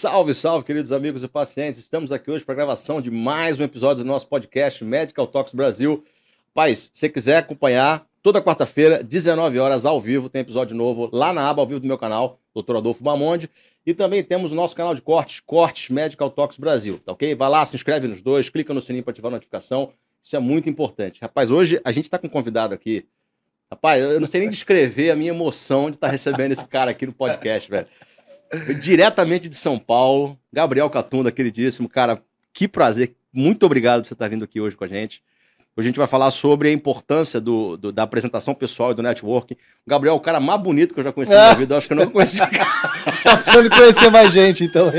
Salve, salve, queridos amigos e pacientes. Estamos aqui hoje para a gravação de mais um episódio do nosso podcast Medical Talks Brasil. Paz, se você quiser acompanhar, toda quarta-feira, 19 horas ao vivo, tem episódio novo lá na aba ao vivo do meu canal, Dr. Adolfo Bamonde. E também temos o nosso canal de cortes Medical Talks Brasil, tá ok? Vai lá, se inscreve nos dois, clica no sininho para ativar a notificação. Isso é muito importante. Rapaz, hoje a gente está com um convidado aqui. Rapaz, eu não sei nem descrever a minha emoção de estar recebendo esse cara aqui no podcast, velho. Diretamente de São Paulo, Gabriel Catunda, queridíssimo, cara, que prazer, muito obrigado por você estar vindo aqui hoje com a gente. Hoje a gente vai falar sobre a importância da apresentação pessoal e do networking. O Gabriel é o cara mais bonito que eu já conheci na minha vida, eu acho que eu não conheci o cara. Tá precisando conhecer mais gente, então.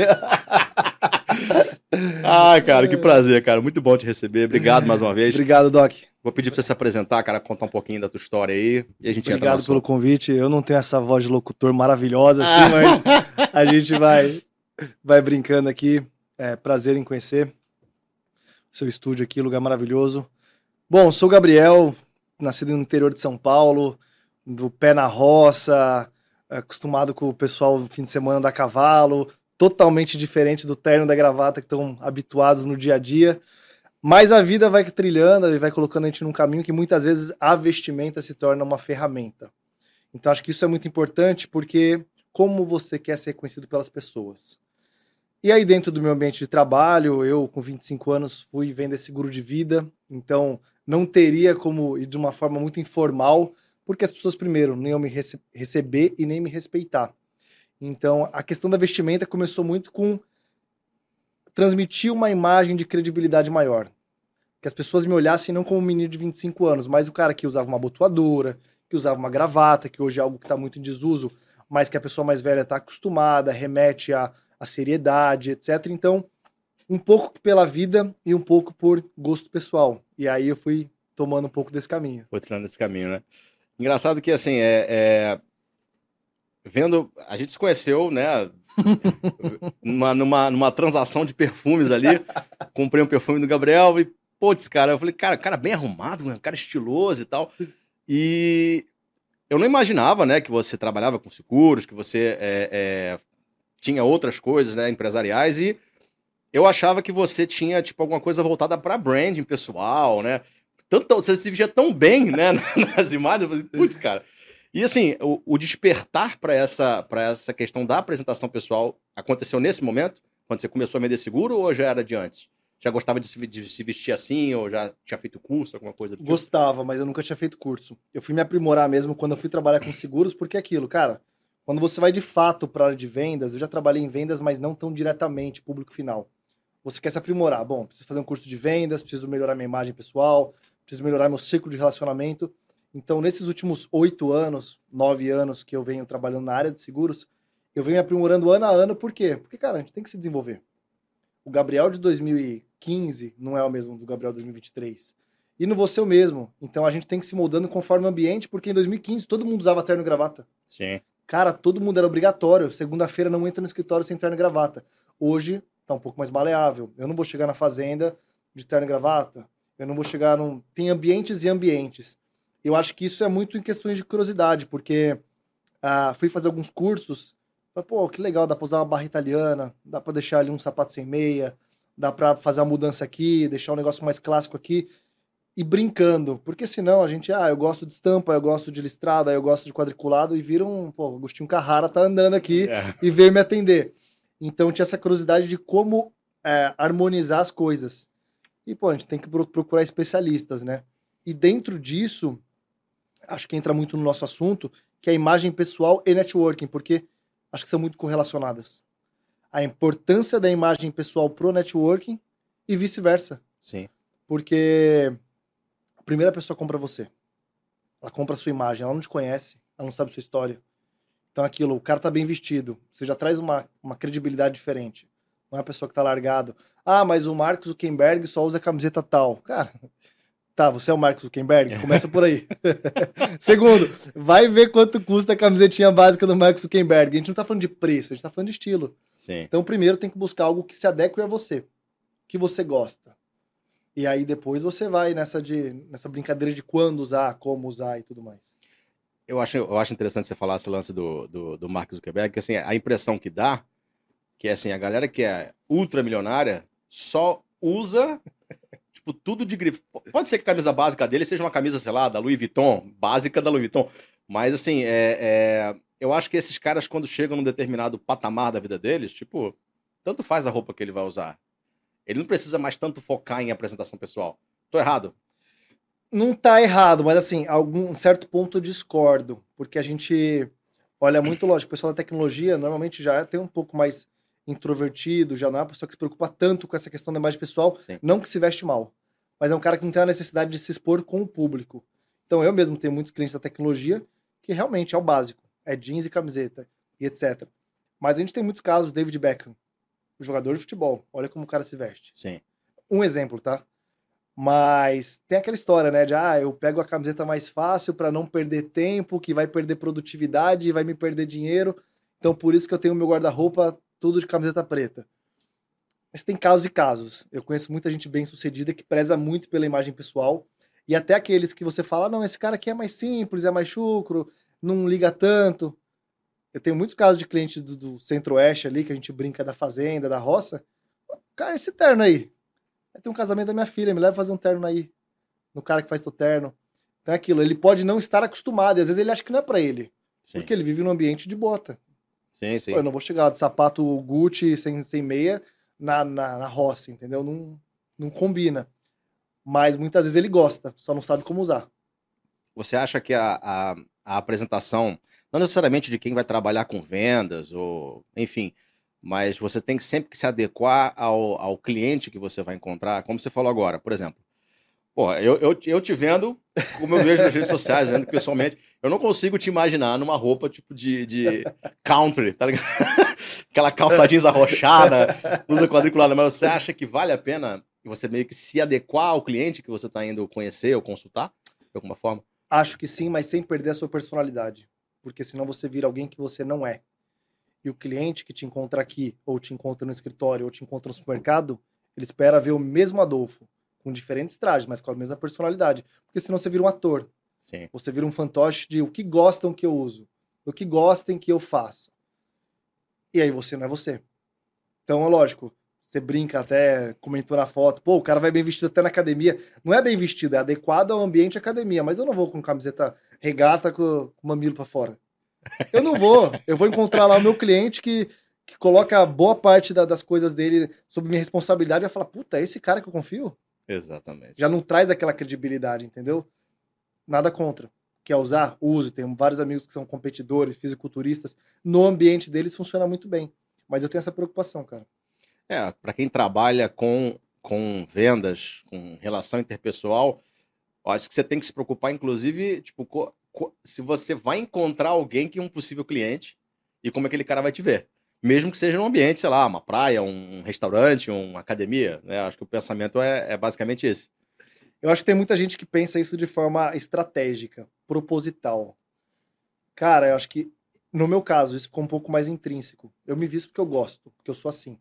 Ai, cara, que prazer, cara, muito bom te receber, obrigado mais uma vez. Obrigado, Doc. Vou pedir pra você se apresentar, cara, contar um pouquinho da tua história aí. E a gente Obrigado pelo convite. Eu não tenho essa voz de locutor maravilhosa assim, mas a gente vai brincando aqui. É prazer em conhecer o seu estúdio aqui, lugar maravilhoso. Bom, sou Gabriel, nascido no interior de São Paulo, do pé na roça, acostumado com o pessoal no fim de semana da cavalo, totalmente diferente do terno e da gravata que estão habituados no dia a dia. Mas a vida vai trilhando e vai colocando a gente num caminho que muitas vezes a vestimenta se torna uma ferramenta. Então acho que isso é muito importante porque como você quer ser reconhecido pelas pessoas. E aí dentro do meu ambiente de trabalho, eu com 25 anos fui vender seguro de vida, então não teria como ir de uma forma muito informal, porque as pessoas primeiro não iam me receber e nem me respeitar. Então a questão da vestimenta começou muito com transmitir uma imagem de credibilidade maior. Que as pessoas me olhassem não como um menino de 25 anos, mas o cara que usava uma abotoadora, que usava uma gravata, que hoje é algo que está muito em desuso, mas que a pessoa mais velha está acostumada, remete à seriedade, etc. Então, um pouco pela vida e um pouco por gosto pessoal. E aí eu fui tomando um pouco desse caminho. Foi trilhando esse caminho, né? Engraçado que, assim, vendo, a gente se conheceu, né, numa transação de perfumes ali, comprei um perfume do Gabriel e, putz, cara, eu falei, cara bem arrumado, um cara estiloso e tal, e eu não imaginava, né, que você trabalhava com seguros, que você tinha outras coisas, né, empresariais, e eu achava que você tinha, tipo, alguma coisa voltada para branding pessoal, né, você se vestia tão bem, né, nas imagens, eu falei, putz, cara. E assim, o despertar para essa questão da apresentação pessoal aconteceu nesse momento? Quando você começou a vender seguro ou já era de antes? Já gostava de se vestir assim ou já tinha feito curso, alguma coisa do tipo? Gostava, mas eu nunca tinha feito curso. Eu fui me aprimorar mesmo quando eu fui trabalhar com seguros, porque é aquilo, cara, quando você vai de fato para a área de vendas, eu já trabalhei em vendas, mas não tão diretamente, público final. Você quer se aprimorar. Bom, preciso fazer um curso de vendas, preciso melhorar minha imagem pessoal, preciso melhorar meu ciclo de relacionamento. Então, nesses últimos 8 anos, 9 anos que eu venho trabalhando na área de seguros, eu venho me aprimorando ano a ano, por quê? Porque, cara, a gente tem que se desenvolver. O Gabriel de 2015 não é o mesmo do Gabriel de 2023. E não vou ser o mesmo. Então, a gente tem que se moldando conforme o ambiente, porque em 2015 todo mundo usava terno e gravata. Sim. Cara, todo mundo era obrigatório. Segunda-feira não entra no escritório sem terno e gravata. Hoje, tá um pouco mais maleável. Eu não vou chegar na fazenda de terno e gravata. Eu não vou chegar num... Tem ambientes e ambientes. Eu acho que isso é muito em questões de curiosidade, porque fui fazer alguns cursos, falei, pô, que legal, dá pra usar uma barra italiana, dá pra deixar ali um sapato sem meia, dá pra fazer a mudança aqui, deixar um negócio mais clássico aqui, e brincando, porque senão a gente, eu gosto de estampa, eu gosto de listrada, eu gosto de quadriculado, e vira o Agostinho Carrara tá andando aqui e veio me atender. Então tinha essa curiosidade de como harmonizar as coisas. E, pô, a gente tem que procurar especialistas, né? E dentro disso, acho que entra muito no nosso assunto, que é a imagem pessoal e networking, porque acho que são muito correlacionadas. A importância da imagem pessoal pro networking e vice-versa. Sim. Porque a primeira pessoa compra você. Ela compra a sua imagem, ela não te conhece, ela não sabe a sua história. Então aquilo, o cara tá bem vestido, você já traz uma credibilidade diferente. Não é a pessoa que tá largado. Mas o Mark Zuckerberg só usa camiseta tal. Cara... Tá, você é o Mark Zuckerberg? Começa por aí. Segundo, vai ver quanto custa a camisetinha básica do Mark Zuckerberg. A gente não tá falando de preço, a gente tá falando de estilo. Sim. Então, primeiro tem que buscar algo que se adeque a você, que você gosta. E aí depois você vai nessa brincadeira de quando usar, como usar e tudo mais. Eu acho interessante você falar esse lance do Mark Zuckerberg, que assim, a impressão que dá Que é assim, a galera que é ultramilionária só usa, tipo, tudo de grife. Pode ser que a camisa básica dele seja uma camisa, sei lá, da Louis Vuitton, básica da Louis Vuitton. Mas assim, eu acho que esses caras, quando chegam num determinado patamar da vida deles, tipo, tanto faz a roupa que ele vai usar. Ele não precisa mais tanto focar em apresentação pessoal. Tô errado? Não tá errado, mas assim, algum certo ponto eu discordo, porque a gente olha muito, lógico, o pessoal da tecnologia normalmente já tem um pouco mais introvertido, já não é uma pessoa que se preocupa tanto com essa questão da imagem pessoal, Sim. não que se veste mal, mas é um cara que não tem a necessidade de se expor com o público. Então eu mesmo tenho muitos clientes da tecnologia que realmente é o básico, é jeans e camiseta e etc. Mas a gente tem muitos casos, David Beckham, jogador de futebol, olha como o cara se veste. Sim. Um exemplo, tá? Mas tem aquela história, né, de eu pego a camiseta mais fácil para não perder tempo, que vai perder produtividade e vai me perder dinheiro. Então por isso que eu tenho meu guarda-roupa tudo de camiseta preta. Mas tem casos e casos. Eu conheço muita gente bem-sucedida que preza muito pela imagem pessoal e até aqueles que você fala, não, esse cara aqui é mais simples, é mais chucro, não liga tanto. Eu tenho muitos casos de clientes do Centro-Oeste ali, que a gente brinca da fazenda, da roça. Cara, esse terno aí, vai ter um casamento da minha filha, me leva fazer um terno aí. No cara que faz teu terno. Então é aquilo, ele pode não estar acostumado, e às vezes ele acha que não é pra ele. Sim. Porque ele vive num ambiente de bota. Sim, sim. Pô, eu não vou chegar lá de sapato Gucci sem meia na roça, entendeu? Não combina. Mas muitas vezes ele gosta, só não sabe como usar. Você acha que a apresentação, não necessariamente de quem vai trabalhar com vendas, ou enfim, mas você tem que sempre que se adequar ao cliente que você vai encontrar, como você falou agora, por exemplo. Pô, eu te vendo, como eu vejo nas redes sociais, vendo pessoalmente, eu não consigo te imaginar numa roupa tipo de country, tá ligado? Aquela calça jeans arrochada, blusa quadriculada, mas você acha que vale a pena você meio que se adequar ao cliente que você está indo conhecer ou consultar, de alguma forma? Acho que sim, mas sem perder a sua personalidade. Porque senão você vira alguém que você não é. E o cliente que te encontra aqui, ou te encontra no escritório, ou te encontra no supermercado, ele espera ver o mesmo Adolfo, com diferentes trajes, mas com a mesma personalidade. Porque senão você vira um ator. Sim. Você vira um fantoche de o que gostam que eu uso, o que gostem que eu faça. E aí você não é você. Então, é lógico, você brinca até, comentou na foto, pô, o cara vai bem vestido até na academia. Não é bem vestido, é adequado ao ambiente academia, mas eu não vou com camiseta regata com o mamilo pra fora. Eu não vou. Eu vou encontrar lá o meu cliente que coloca boa parte das coisas dele sob minha responsabilidade e vai falar, puta, é esse cara que eu confio? Exatamente. Já não traz aquela credibilidade, entendeu? Nada contra. Quer usar? Uso. Tenho vários amigos que são competidores, fisiculturistas. No ambiente deles funciona muito bem. Mas eu tenho essa preocupação, cara. Para quem trabalha com vendas, com relação interpessoal, eu acho que você tem que se preocupar, inclusive, tipo, se você vai encontrar alguém que é um possível cliente e como aquele cara vai te ver. Mesmo que seja num ambiente, sei lá, uma praia, um restaurante, uma academia, né? Acho que o pensamento é basicamente esse. Eu acho que tem muita gente que pensa isso de forma estratégica, proposital. Cara, eu acho que, no meu caso, isso ficou um pouco mais intrínseco. Eu me visto porque eu gosto, porque eu sou assim.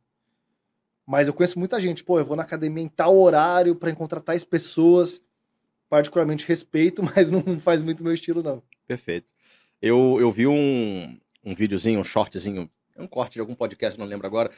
Mas eu conheço muita gente, pô, eu vou na academia em tal horário para encontrar tais pessoas. Particularmente respeito, mas não faz muito meu estilo, não. Perfeito. Eu vi um videozinho, um shortzinho, um corte de algum podcast, não lembro agora.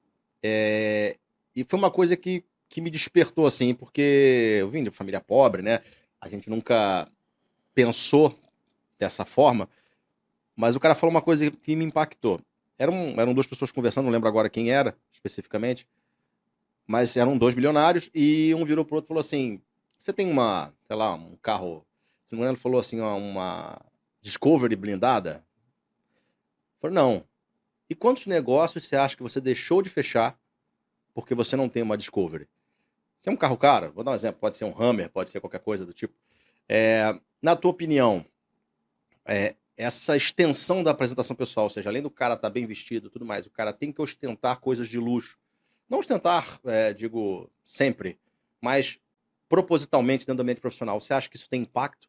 E foi uma coisa que me despertou, assim, porque eu vim de família pobre, né? A gente nunca pensou dessa forma, mas o cara falou uma coisa que me impactou. Eram duas pessoas conversando, não lembro agora quem era, especificamente, mas eram dois bilionários, e um virou pro outro e falou assim, você tem sei lá, um carro, se não me engano, ele falou assim, uma Discovery blindada? Eu falei, não. E quantos negócios você acha que você deixou de fechar porque você não tem uma Discovery? Que é um carro caro, vou dar um exemplo, pode ser um Hummer, pode ser qualquer coisa do tipo. Na tua opinião, essa extensão da apresentação pessoal, ou seja, além do cara estar bem vestido e tudo mais, o cara tem que ostentar coisas de luxo. Não ostentar, digo, sempre, mas propositalmente dentro do ambiente profissional. Você acha que isso tem impacto?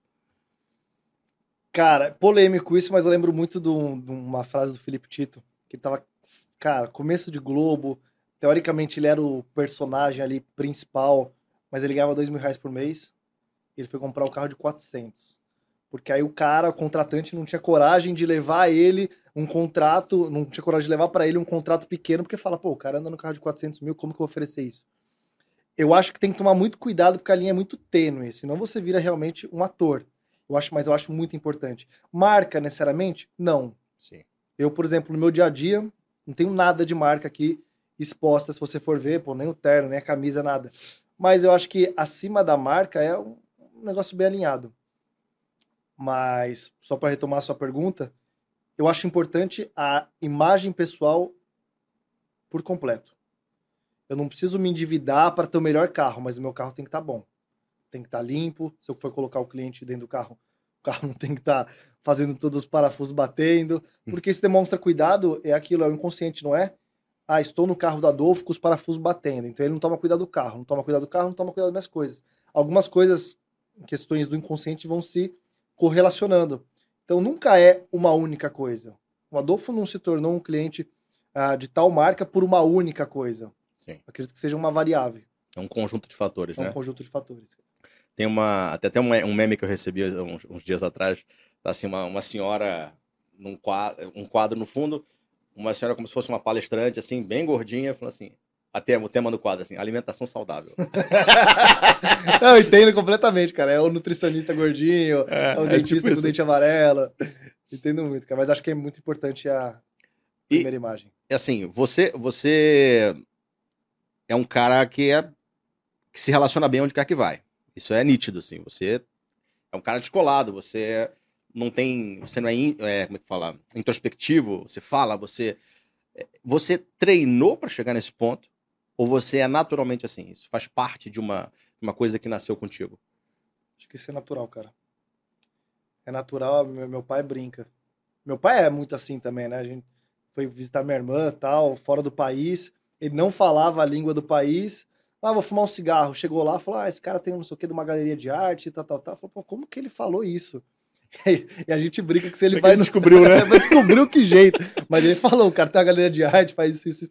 Cara, polêmico isso, mas eu lembro muito de uma frase do Felipe Tito, que ele tava, cara, começo de Globo, teoricamente ele era o personagem ali principal, mas ele ganhava R$ 2.000 por mês, ele foi comprar um carro de 400. Porque aí o contratante, não tinha coragem de levar ele um contrato, não tinha coragem de levar para ele um contrato pequeno, porque fala, pô, o cara anda no carro de 400 mil, como que eu vou oferecer isso? Eu acho que tem que tomar muito cuidado, porque a linha é muito tênue, senão você vira realmente um ator. Mas eu acho muito importante. Marca, necessariamente? Não. Sim. Eu, por exemplo, no meu dia a dia, não tenho nada de marca aqui exposta, se você for ver, pô, nem o terno, nem a camisa, nada. Mas eu acho que acima da marca é um negócio bem alinhado. Mas, só para retomar a sua pergunta, eu acho importante a imagem pessoal por completo. Eu não preciso me endividar para ter o melhor carro, mas o meu carro tem que estar bom. Tem que estar limpo. Se eu for colocar o cliente dentro do carro, o carro não tem que estar fazendo todos os parafusos batendo. Porque isso demonstra cuidado, é aquilo, é o inconsciente, não é? Ah, estou no carro do Adolfo com os parafusos batendo. Então ele não toma cuidado do carro, não toma cuidado do carro, não toma cuidado das minhas coisas. Algumas coisas, questões do inconsciente, vão se correlacionando. Então nunca é uma única coisa. O Adolfo não se tornou um cliente de tal marca por uma única coisa. Sim. Acredito que seja uma variável. É um conjunto de fatores, né? É um conjunto de fatores. Tem até um meme que eu recebi uns dias atrás, tá assim, uma senhora um quadro no fundo, uma senhora como se fosse uma palestrante, assim, bem gordinha, falando assim, o tema do quadro, assim, alimentação saudável. Não, eu entendo completamente, cara. É o nutricionista gordinho, é o dentista tipo com dente amarelo. Entendo muito, cara. Mas acho que é muito importante a primeira imagem. E assim, você é um cara que se relaciona bem onde quer que vai. Isso é nítido, assim. Você é um cara descolado, você não é, como é que fala? Introspectivo, você fala, você treinou para chegar nesse ponto? Ou você é naturalmente assim? Isso faz parte de uma coisa que nasceu contigo? Acho que isso é natural, cara. É natural, meu pai brinca. Meu pai é muito assim também, né? A gente foi visitar minha irmã, tal, fora do país. Ele não falava a língua do país. Ah, vou fumar um cigarro. Chegou lá, falou, esse cara tem não sei o que de uma galeria de arte, tal. Falou, pô, como que ele falou isso? E a gente brinca que se ele vai... descobriu, né? Descobriu que jeito. Mas ele falou, o cara tem uma galeria de arte, faz isso.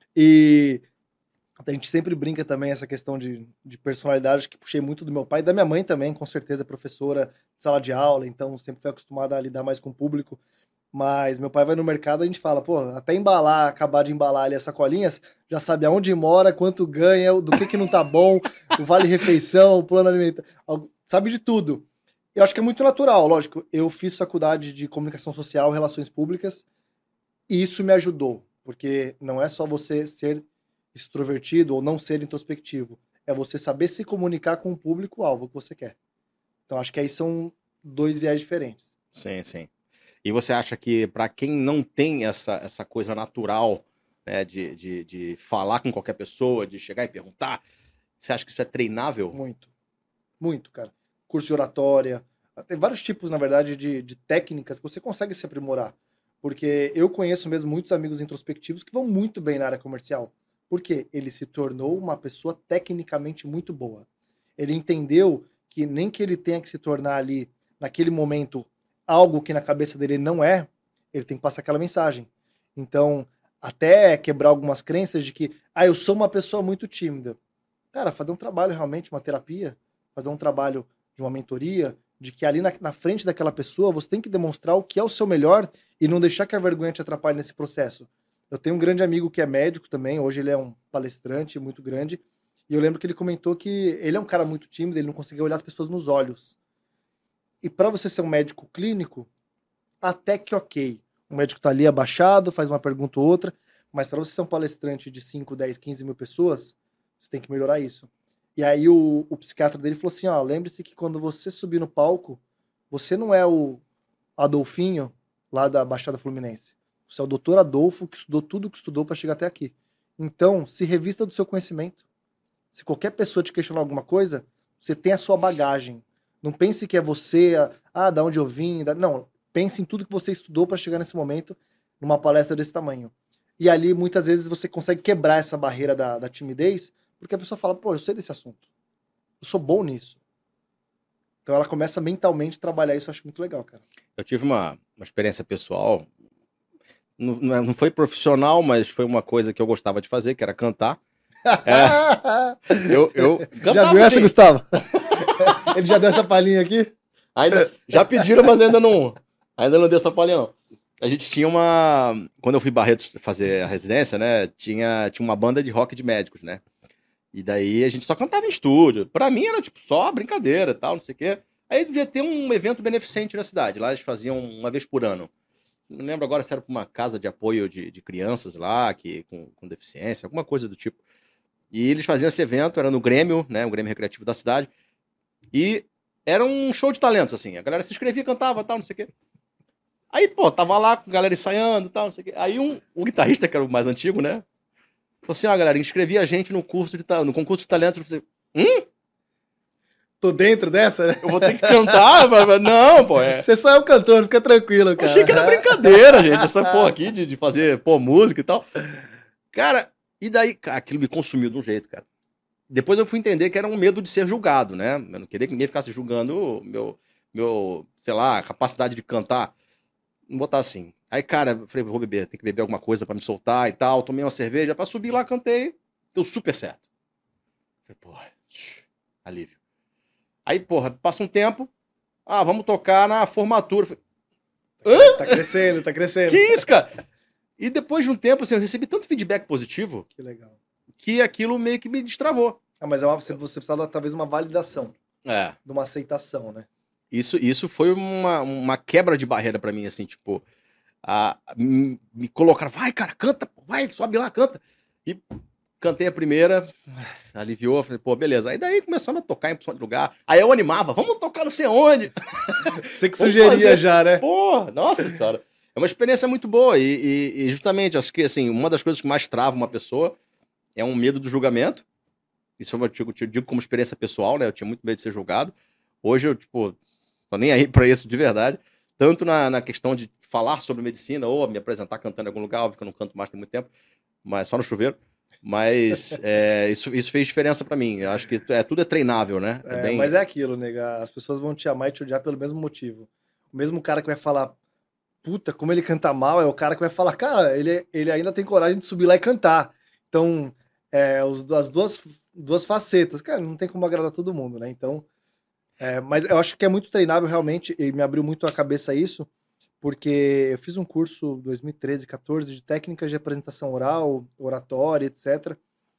E a gente sempre brinca também essa questão de personalidade, que puxei muito do meu pai e da minha mãe também, com certeza, professora de sala de aula, então sempre fui acostumada a lidar mais com o público. Mas meu pai vai no mercado, a gente fala, pô, até acabar de embalar ali as sacolinhas, já sabe aonde mora, quanto ganha, do que não tá bom, o vale-refeição, o plano alimentar, sabe de tudo. Eu acho que é muito natural, lógico. Eu fiz faculdade de comunicação social, relações públicas, e isso me ajudou, porque não é só você ser extrovertido ou não ser introspectivo, é você saber se comunicar com o público-alvo que você quer. Então acho que aí são dois viés diferentes. Sim, sim. E você acha que para quem não tem essa coisa natural, né, de falar com qualquer pessoa, de chegar e perguntar, você acha que isso é treinável? Muito. Muito, cara. Curso de oratória. Tem vários tipos, na verdade, de técnicas que você consegue se aprimorar. Porque eu conheço mesmo muitos amigos introspectivos que vão muito bem na área comercial. Porque ele se tornou uma pessoa tecnicamente muito boa. Ele entendeu que nem que ele tenha que se tornar ali, naquele momento, algo que na cabeça dele não é, ele tem que passar aquela mensagem. Então, até quebrar algumas crenças de que, eu sou uma pessoa muito tímida. Cara, fazer um trabalho realmente, uma terapia, fazer um trabalho de uma mentoria, de que ali na frente daquela pessoa você tem que demonstrar o que é o seu melhor e não deixar que a vergonha te atrapalhe nesse processo. Eu tenho um grande amigo que é médico também, hoje ele é um palestrante muito grande, e eu lembro que ele comentou que ele é um cara muito tímido, ele não conseguia olhar as pessoas nos olhos. E para você ser um médico clínico, até que ok. O médico tá ali abaixado, faz uma pergunta ou outra, mas para você ser um palestrante de 5, 10, 15 mil pessoas, você tem que melhorar isso. E aí o psiquiatra dele falou assim, lembre-se que quando você subir no palco, você não é o Adolfinho lá da Baixada Fluminense. Você é o doutor Adolfo, que estudou tudo o que estudou para chegar até aqui. Então, se revista do seu conhecimento. Se qualquer pessoa te questionar alguma coisa, você tem a sua bagagem. Não pense que é você, da onde eu vim. Não, pense em tudo que você estudou para chegar nesse momento, numa palestra desse tamanho. E ali, muitas vezes, você consegue quebrar essa barreira da timidez, porque a pessoa fala, pô, eu sei desse assunto. Eu sou bom nisso. Então ela começa mentalmente a trabalhar isso, eu acho muito legal, cara. Eu tive uma experiência pessoal, não foi profissional, mas foi uma coisa que eu gostava de fazer, que era cantar. Eu já viu essa, Gustavo? Ele já deu essa palhinha aqui? Já pediram, mas ainda não deu essa palha, não. A gente tinha quando eu fui em Barretos fazer a residência, né? Tinha uma banda de rock de médicos, né? E daí a gente só cantava em estúdio. Pra mim era tipo só brincadeira e tal, não sei o quê. Aí devia ter um evento beneficente na cidade. Lá eles faziam uma vez por ano. Não lembro agora se era pra uma casa de apoio de crianças lá, com deficiência, alguma coisa do tipo. E eles faziam esse evento, era no Grêmio, né? O Grêmio Recreativo da cidade. E era um show de talentos, assim. A galera se inscrevia, cantava, tal, não sei o quê. Aí, pô, tava lá com a galera ensaiando, tal, não sei o quê. Aí um guitarrista, que era o mais antigo, né? Falou assim, ó, galera, inscrevi a gente no concurso de talentos. Eu falei, Tô dentro dessa, né? eu vou ter que cantar? Não, pô, Você só é o cantor, fica tranquilo, cara. Eu achei que era brincadeira, gente, essa porra aqui de fazer, pô, música e tal. Cara, e daí, cara, aquilo me consumiu de um jeito, cara. Depois eu fui entender que era um medo de ser julgado, né? Eu não queria que ninguém ficasse julgando meu, sei lá, capacidade de cantar. Vou botar assim. Aí, cara, eu falei, vou beber, tem que beber alguma coisa pra me soltar e tal. Tomei uma cerveja, pra subir lá, cantei. Deu super certo. Falei, porra, alívio. Aí, porra, passa um tempo. Vamos tocar na formatura. Falei, tá crescendo, tá crescendo. Que isso, cara? E depois de um tempo, assim, eu recebi tanto feedback positivo. Que legal. Que aquilo meio que me destravou. Mas você precisava talvez uma validação. De uma aceitação, né? Isso foi uma quebra de barreira pra mim, assim, tipo, me colocaram, vai, cara, canta, vai, sobe lá, canta. E cantei a primeira, aliviou, falei, pô, beleza. Aí daí começamos a tocar em opção de lugar. Aí eu animava, vamos tocar não sei onde. Você que sugeria já, né? Pô, nossa senhora. É uma experiência muito boa e justamente, acho que, assim, uma das coisas que mais trava uma pessoa é um medo do julgamento. Isso eu digo como experiência pessoal, né? Eu tinha muito medo de ser julgado. Hoje eu, tipo, tô nem aí pra isso de verdade. Tanto na questão de falar sobre medicina ou me apresentar cantando em algum lugar, óbvio que eu não canto mais tem muito tempo, mas só no chuveiro. Mas isso fez diferença pra mim. Eu acho que tudo é treinável, né? Mas é aquilo, nega. As pessoas vão te amar e te odiar pelo mesmo motivo. O mesmo cara que vai falar, puta, como ele canta mal, é o cara que vai falar, cara, ele ainda tem coragem de subir lá e cantar. Então, as duas facetas. Cara, não tem como agradar todo mundo, né? Então, mas eu acho que é muito treinável realmente, e me abriu muito a cabeça isso, porque eu fiz um curso 2013, 14 de técnicas de apresentação oral, oratória, etc.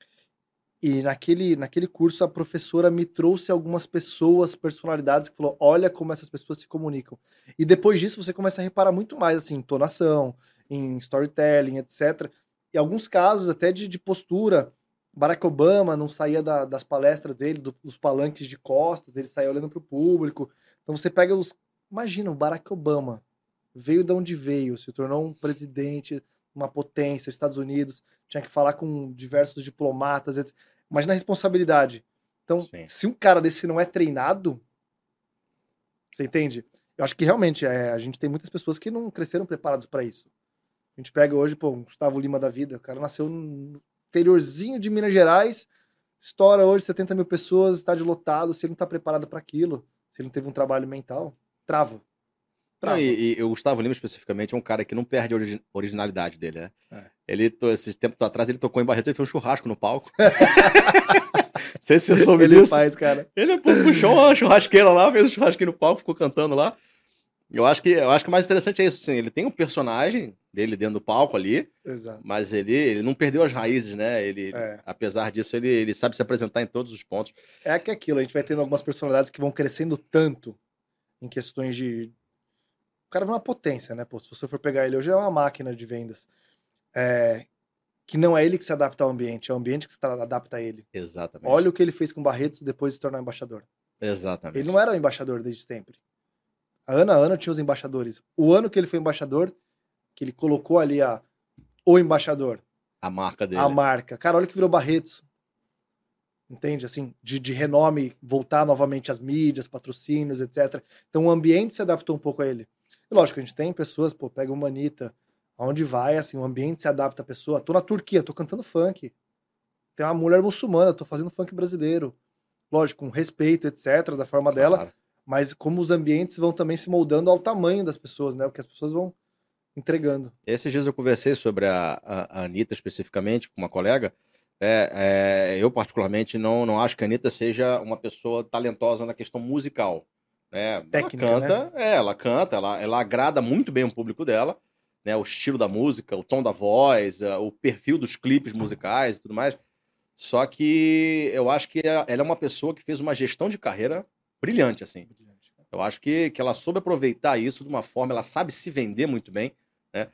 E naquele curso a professora me trouxe algumas pessoas, personalidades, que falou, olha como essas pessoas se comunicam. E depois disso você começa a reparar muito mais, assim, em entonação, em storytelling, etc. E alguns casos até de postura. Barack Obama não saía das palestras dele, dos palanques de costas, ele saía olhando para o público. Então você pega Imagina, o Barack Obama veio de onde veio, se tornou um presidente, uma potência, Estados Unidos, tinha que falar com diversos diplomatas, etc. Imagina a responsabilidade. Então, Sim. Se um cara desse não é treinado, você entende? Eu acho que realmente a gente tem muitas pessoas que não cresceram preparados para isso. A gente pega hoje, um Gustavo Lima da vida, o cara nasceu no interiorzinho de Minas Gerais, estoura hoje 70 mil pessoas, estádio lotado, se ele não tá preparado para aquilo, se ele não teve um trabalho mental, trava. Não, e o Gustavo Lima, especificamente, é um cara que não perde a originalidade dele, né? Esses tempos atrás, ele tocou em Barretos e fez um churrasco no palco. Não sei se você soube disso. Ele faz, cara. Ele puxou uma churrasqueira lá, fez um churrasquinho no palco, ficou cantando lá. Eu acho que o mais interessante é isso, assim, ele tem um personagem dele dentro do palco ali, exato, mas ele não perdeu as raízes, né? Apesar disso, ele sabe se apresentar em todos os pontos. É que aquilo, a gente vai tendo algumas personalidades que vão crescendo tanto em questões de... O cara é uma potência, né? Se você for pegar ele hoje, é uma máquina de vendas. Que não é ele que se adapta ao ambiente, é o ambiente que se adapta a ele. Exatamente. Olha o que ele fez com o Barretos depois de se tornar embaixador. Exatamente. Ele não era o embaixador desde sempre. Ano a ano tinha os embaixadores. O ano que ele foi embaixador, que ele colocou ali o embaixador. A marca dele. A marca. Cara, olha que virou Barretos. Entende? Assim, de renome, voltar novamente às mídias, patrocínios, etc. Então o ambiente se adaptou um pouco a ele. E lógico, a gente tem pessoas, pega uma Anitta, aonde vai, assim, o ambiente se adapta à pessoa. Tô na Turquia, tô cantando funk. Tem uma mulher muçulmana, tô fazendo funk brasileiro. Lógico, com respeito, etc., da forma dela. Mas como os ambientes vão também se moldando ao tamanho das pessoas, né? O que as pessoas vão entregando. Esses dias eu conversei sobre a Anitta especificamente com uma colega. Eu particularmente não acho que a Anitta seja uma pessoa talentosa na questão musical. né? Técnica, Ela canta, ela agrada muito bem o público dela, né? O estilo da música, o tom da voz, o perfil dos clipes musicais e tudo mais. Só que eu acho que ela é uma pessoa que fez uma gestão de carreira brilhante, assim. Eu acho que ela soube aproveitar isso de uma forma, ela sabe se vender muito bem, né?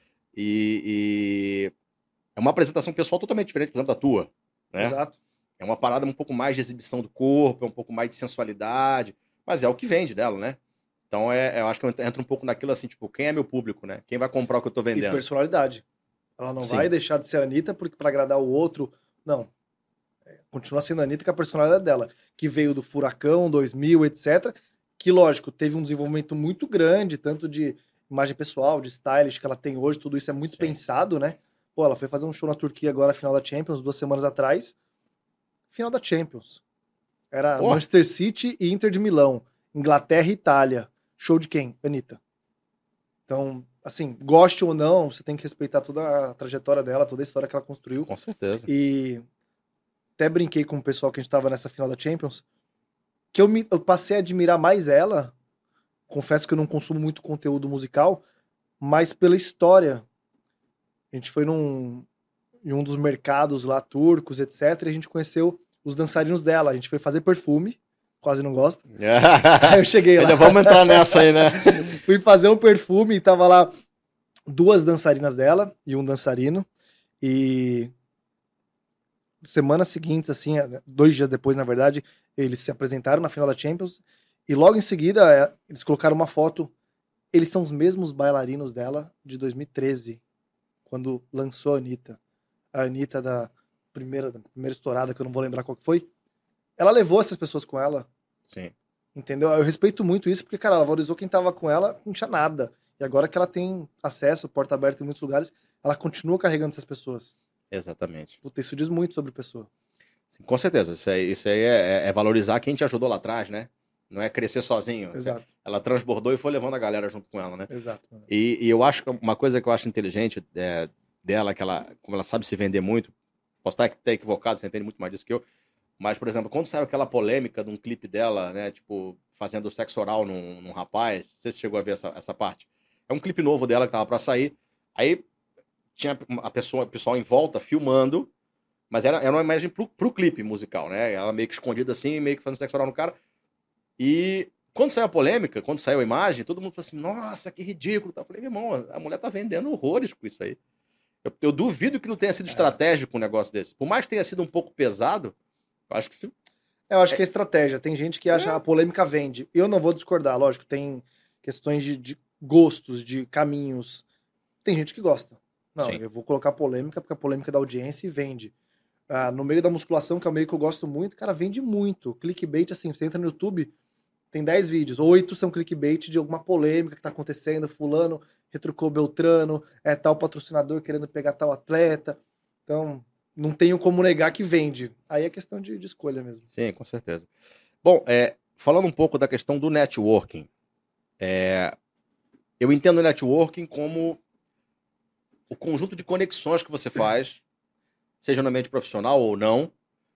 E é uma apresentação pessoal totalmente diferente, por exemplo, da tua, né? Exato. É uma parada um pouco mais de exibição do corpo, é um pouco mais de sensualidade, mas é o que vende dela, né? Então eu acho que entra um pouco naquilo assim, tipo, quem é meu público, né? Quem vai comprar o que eu tô E vendendo? personalidade. Ela não Sim. vai deixar de ser a Anitta pra agradar o outro. Não. Continua sendo a Anitta com a personalidade dela, que veio do Furacão, 2000, etc. Que, lógico, teve um desenvolvimento muito grande, tanto de imagem pessoal, de stylish que ela tem hoje, tudo isso é muito Sim. pensado, né? Pô, ela foi fazer um show na Turquia agora, final da Champions, 2 semanas atrás. Final da Champions. Era Pô. Manchester City e Inter de Milão. Inglaterra e Itália. Show de quem? Anitta. Então, assim, goste ou não, você tem que respeitar toda a trajetória dela, toda a história que ela construiu. Com certeza. E até brinquei com o pessoal que a gente tava nessa final da Champions, que eu passei a admirar mais ela. Confesso que eu não consumo muito conteúdo musical, mas pela história. A gente foi em um dos mercados lá, turcos, etc. E a gente conheceu os dançarinos dela. A gente foi fazer perfume, quase não gosta. Aí eu cheguei lá. Ainda vamos entrar nessa aí, né? Fui fazer um perfume e tava lá 2 dançarinas dela e um dançarino. E semanas seguintes, assim, 2 dias depois, na verdade, eles se apresentaram na final da Champions. E logo em seguida, eles colocaram uma foto. Eles são os mesmos bailarinos dela de 2013, quando lançou a Anitta. A Anitta da primeira estourada, que eu não vou lembrar qual que foi. Ela levou essas pessoas com ela. Sim. Entendeu? Eu respeito muito isso, porque, cara, ela valorizou quem tava com ela, não tinha nada. E agora que ela tem acesso, porta aberta em muitos lugares, ela continua carregando essas pessoas. Exatamente. Puta, isso diz muito sobre a pessoa. Sim, com certeza. Isso aí é valorizar quem te ajudou lá atrás, né? Não é crescer sozinho. Exato. Ela transbordou e foi levando a galera junto com ela, né? Exato. E eu acho que uma coisa que eu acho inteligente dela, como ela sabe se vender muito, posso estar até equivocado, você entende muito mais disso que eu, mas, por exemplo, quando saiu aquela polêmica de um clipe dela, né, tipo, fazendo sexo oral num rapaz, não sei se você chegou a ver essa parte. É um clipe novo dela que tava pra sair, aí tinha o pessoal em volta filmando, mas era uma imagem pro clipe musical, né? Ela meio que escondida assim, meio que fazendo sexo oral no cara. E quando saiu a polêmica, quando saiu a imagem, todo mundo falou assim, nossa, que ridículo. Eu falei, meu irmão, a mulher tá vendendo horrores com isso aí. Eu duvido que não tenha sido estratégico um negócio desse. Por mais que tenha sido um pouco pesado, eu acho que sim. Eu acho que é estratégia. Tem gente que acha a polêmica vende. Eu não vou discordar, lógico. Tem questões de gostos, de caminhos. Tem gente que gosta. Não, Sim. eu vou colocar polêmica porque a polêmica da audiência e vende. No meio da musculação, que é o meio que eu gosto muito, cara, vende muito. Clickbait, assim, você entra no YouTube, tem 10 vídeos, 8 são clickbait de alguma polêmica que tá acontecendo, fulano retrucou Beltrano, tal patrocinador querendo pegar tal atleta. Então, não tenho como negar que vende. Aí é questão de escolha mesmo. Sim, com certeza. Bom, falando um pouco da questão do networking, eu entendo o networking como o conjunto de conexões que você faz, seja no ambiente profissional ou não,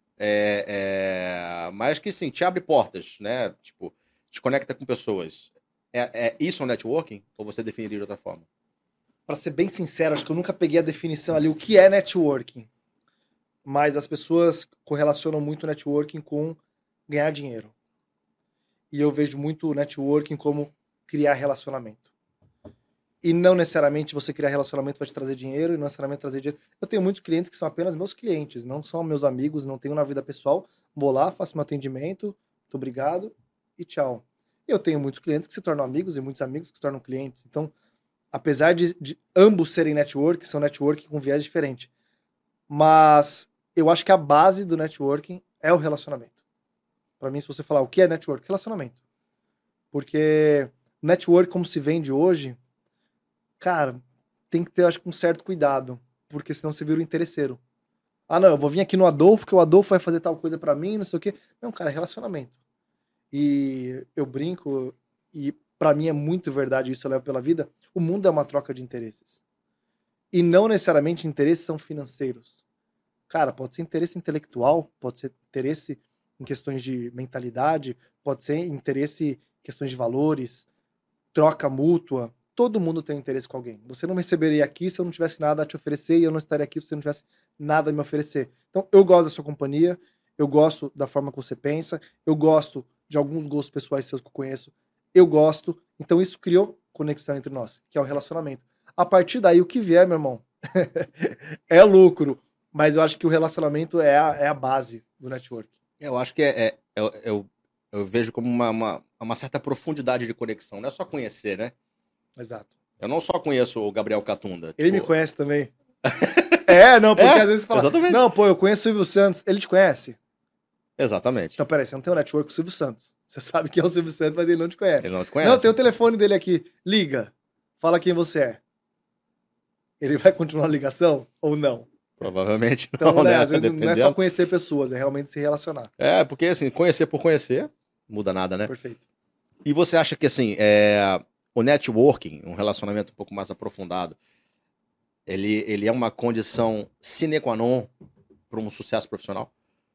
mas que sim, te abre portas, né? Tipo, te conecta com pessoas. Isso é um networking? Ou você definiria de outra forma? Pra ser bem sincero, acho que eu nunca peguei a definição ali, o que é networking. Mas as pessoas correlacionam muito o networking com ganhar dinheiro. E eu vejo muito o networking como criar relacionamento. E não necessariamente você criar relacionamento vai te trazer dinheiro, e não necessariamente trazer dinheiro. Eu tenho muitos clientes que são apenas meus clientes, não são meus amigos, não tenho na vida pessoal. Vou lá, faço meu atendimento, muito obrigado e tchau. E eu tenho muitos clientes que se tornam amigos e muitos amigos que se tornam clientes. Então, apesar de ambos serem network, são networking com viés diferente. Mas eu acho que a base do networking é o relacionamento. Para mim, se você falar o que é network, relacionamento. Porque network, como se vende hoje, cara, tem que ter, acho que, um certo cuidado. Porque senão você vira um interesseiro. Ah, não, eu vou vir aqui no Adolfo, que o Adolfo vai fazer tal coisa para mim, não sei o quê. Não, cara, é relacionamento. E eu brinco, e para mim é muito verdade, isso eu levo pela vida, o mundo é uma troca de interesses. E não necessariamente interesses são financeiros. Cara, pode ser interesse intelectual, pode ser interesse em questões de mentalidade, pode ser interesse questões de valores, troca mútua. Todo mundo tem interesse com alguém. Você não me receberia aqui se eu não tivesse nada a te oferecer e eu não estaria aqui se você não tivesse nada a me oferecer. Então, eu gosto da sua companhia, eu gosto da forma que você pensa, eu gosto de alguns gostos pessoais seus que eu conheço, eu gosto. Então, isso criou conexão entre nós, que é o relacionamento. A partir daí, o que vier, meu irmão, é lucro. Mas eu acho que o relacionamento é a base do network. Eu acho que eu vejo como uma certa profundidade de conexão. Não é só conhecer, né? Exato. Eu não só conheço o Gabriel Catunda. Ele tipo, me conhece também. Não, porque às vezes você fala, exatamente. não, pô, eu conheço o Silvio Santos. Ele te conhece? Exatamente. Então, peraí, você não tem um network com o Silvio Santos. Você sabe que é o Silvio Santos, mas ele não te conhece. Ele não te conhece. Não, tem o telefone dele aqui. Liga. Fala quem você é. Ele vai continuar a ligação ou não? Provavelmente Então, não, né? às vezes não é Dependendo. só conhecer pessoas, é realmente se relacionar. Porque assim, conhecer por conhecer, muda nada, né? Perfeito. E você acha que assim, o networking, um relacionamento um pouco mais aprofundado, ele é uma condição sine qua non para um sucesso profissional?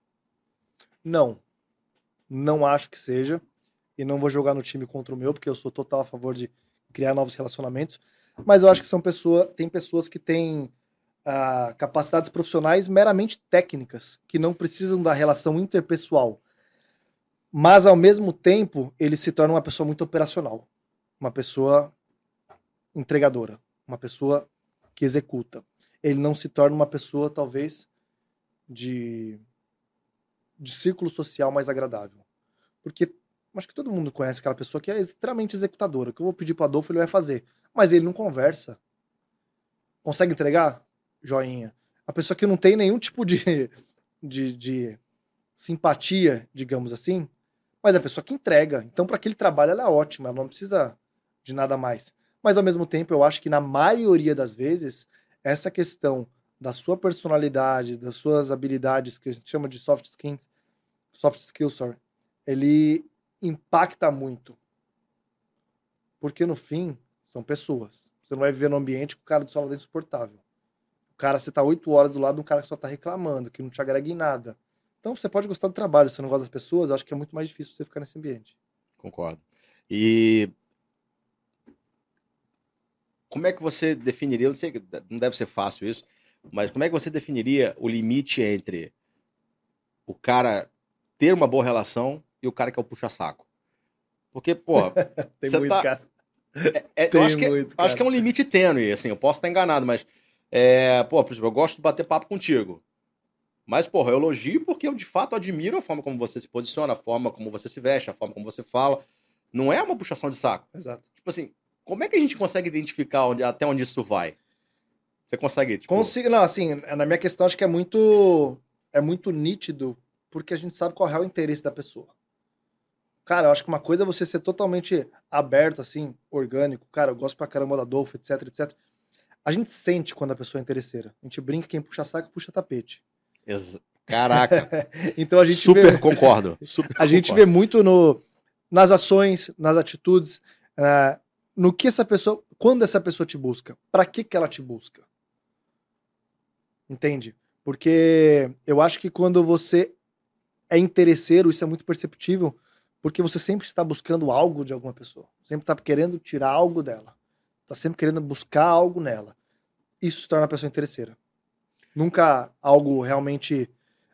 Não. Não acho que seja. E não vou jogar no time contra o meu, porque eu sou total a favor de criar novos relacionamentos. Mas eu acho que tem pessoas que têm capacidades profissionais meramente técnicas, que não precisam da relação interpessoal. Mas, ao mesmo tempo, ele se torna uma pessoa muito operacional. Uma pessoa entregadora. Uma pessoa que executa. Ele não se torna uma pessoa, talvez, de círculo social mais agradável. Porque acho que todo mundo conhece aquela pessoa que é extremamente executadora. O que eu vou pedir pro Adolfo, ele vai fazer. Mas ele não conversa. Consegue entregar? Joinha. A pessoa que não tem nenhum tipo de simpatia, digamos assim, mas é a pessoa que entrega. Então, para aquele trabalho, ela é ótima. Ela não precisa de nada mais. Mas, ao mesmo tempo, eu acho que, na maioria das vezes, essa questão da sua personalidade, das suas habilidades, que a gente chama de soft skills, ele impacta muito. Porque, no fim, são pessoas. Você não vai viver num ambiente que o cara do seu lado é insuportável. O cara, você tá 8 horas do lado de um cara que só tá reclamando, que não te agrega em nada. Então, você pode gostar do trabalho, se você não gosta das pessoas, acho que é muito mais difícil você ficar nesse ambiente. Concordo. E como é que você definiria, eu não sei, não deve ser fácil isso, mas como é que você definiria o limite entre o cara ter uma boa relação e o cara que é o puxa-saco? Porque, pô, Tem você muito, tá... cara. eu acho que é um limite tênue, assim, eu posso estar enganado, mas, por exemplo, eu gosto de bater papo contigo. Mas, porra, eu elogio porque eu, de fato, admiro a forma como você se posiciona, a forma como você se veste, a forma como você fala. Não é uma puxação de saco. Exato. Tipo assim, como é que a gente consegue identificar até onde isso vai? Você consegue, tipo... Não, assim, na minha questão, acho que é muito nítido, porque a gente sabe qual é o interesse da pessoa. Cara, eu acho que uma coisa é você ser totalmente aberto, assim, orgânico. Cara, eu gosto pra caramba da Adolfo, etc, etc. A gente sente quando a pessoa é interesseira. A gente brinca, quem puxa saco, puxa tapete. Caraca. Então a gente super concordo. A gente vê muito nas ações, nas atitudes, no que essa pessoa, quando essa pessoa te busca, pra que ela te busca? Entende? Porque eu acho que quando você é interesseiro, isso é muito perceptível, porque você sempre está buscando algo de alguma pessoa. Sempre está querendo tirar algo dela. Está sempre querendo buscar algo nela. Isso se torna uma pessoa interesseira. Nunca algo realmente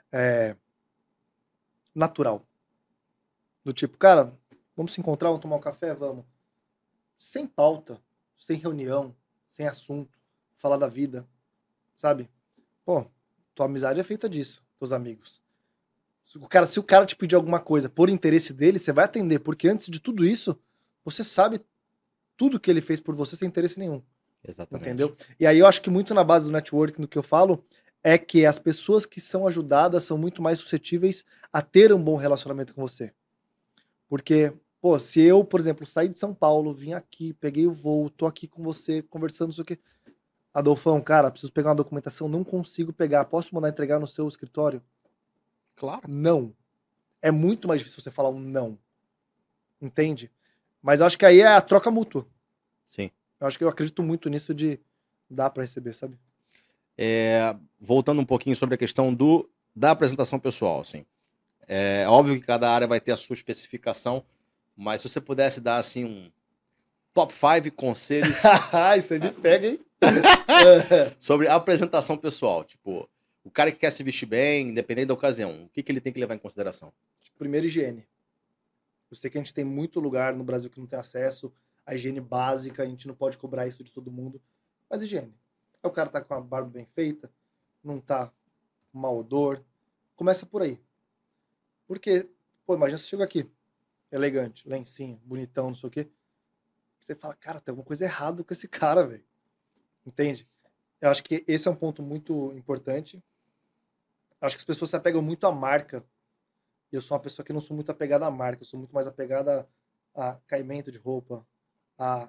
natural. Do tipo, cara, vamos se encontrar, vamos tomar um café? Vamos. Sem pauta, sem reunião, sem assunto, falar da vida, sabe? Pô, tua amizade é feita disso, teus amigos. Se o cara te pedir alguma coisa por interesse dele, você vai atender, porque antes de tudo isso, você sabe tudo que ele fez por você sem interesse nenhum. Exatamente. Entendeu? E aí eu acho que muito na base do networking, do que eu falo, é que as pessoas que são ajudadas são muito mais suscetíveis a ter um bom relacionamento com você. Porque, pô, se eu, por exemplo, saí de São Paulo, vim aqui, peguei o voo, tô aqui com você, conversando, não sei o quê. Adolfão, cara, preciso pegar uma documentação, não consigo pegar, posso mandar entregar no seu escritório? Claro. Não. É muito mais difícil você falar um não. Entende? Mas eu acho que aí é a troca mútua. Sim. Eu acredito muito nisso de dar pra receber, sabe? Voltando um pouquinho sobre a questão da apresentação pessoal, assim. É óbvio que cada área vai ter a sua especificação, mas se você pudesse dar assim um top 5 conselhos Isso aí me pega, hein? sobre a apresentação pessoal. Tipo, o cara que quer se vestir bem, independente da ocasião, o que ele tem que levar em consideração? Primeiro, higiene. Eu sei que a gente tem muito lugar no Brasil que não tem acesso à higiene básica, a gente não pode cobrar isso de todo mundo, mas higiene. Aí o cara tá com a barba bem feita, não tá com mau odor, começa por aí. Porque, pô, imagina você chega aqui, elegante, lencinho, bonitão, não sei o quê, você fala, cara, tem alguma coisa errada com esse cara, velho. Entende? Eu acho que esse é um ponto muito importante. Eu acho que as pessoas se apegam muito à marca. Eu sou uma pessoa que não sou muito apegada à marca, eu sou muito mais apegada a caimento de roupa, a...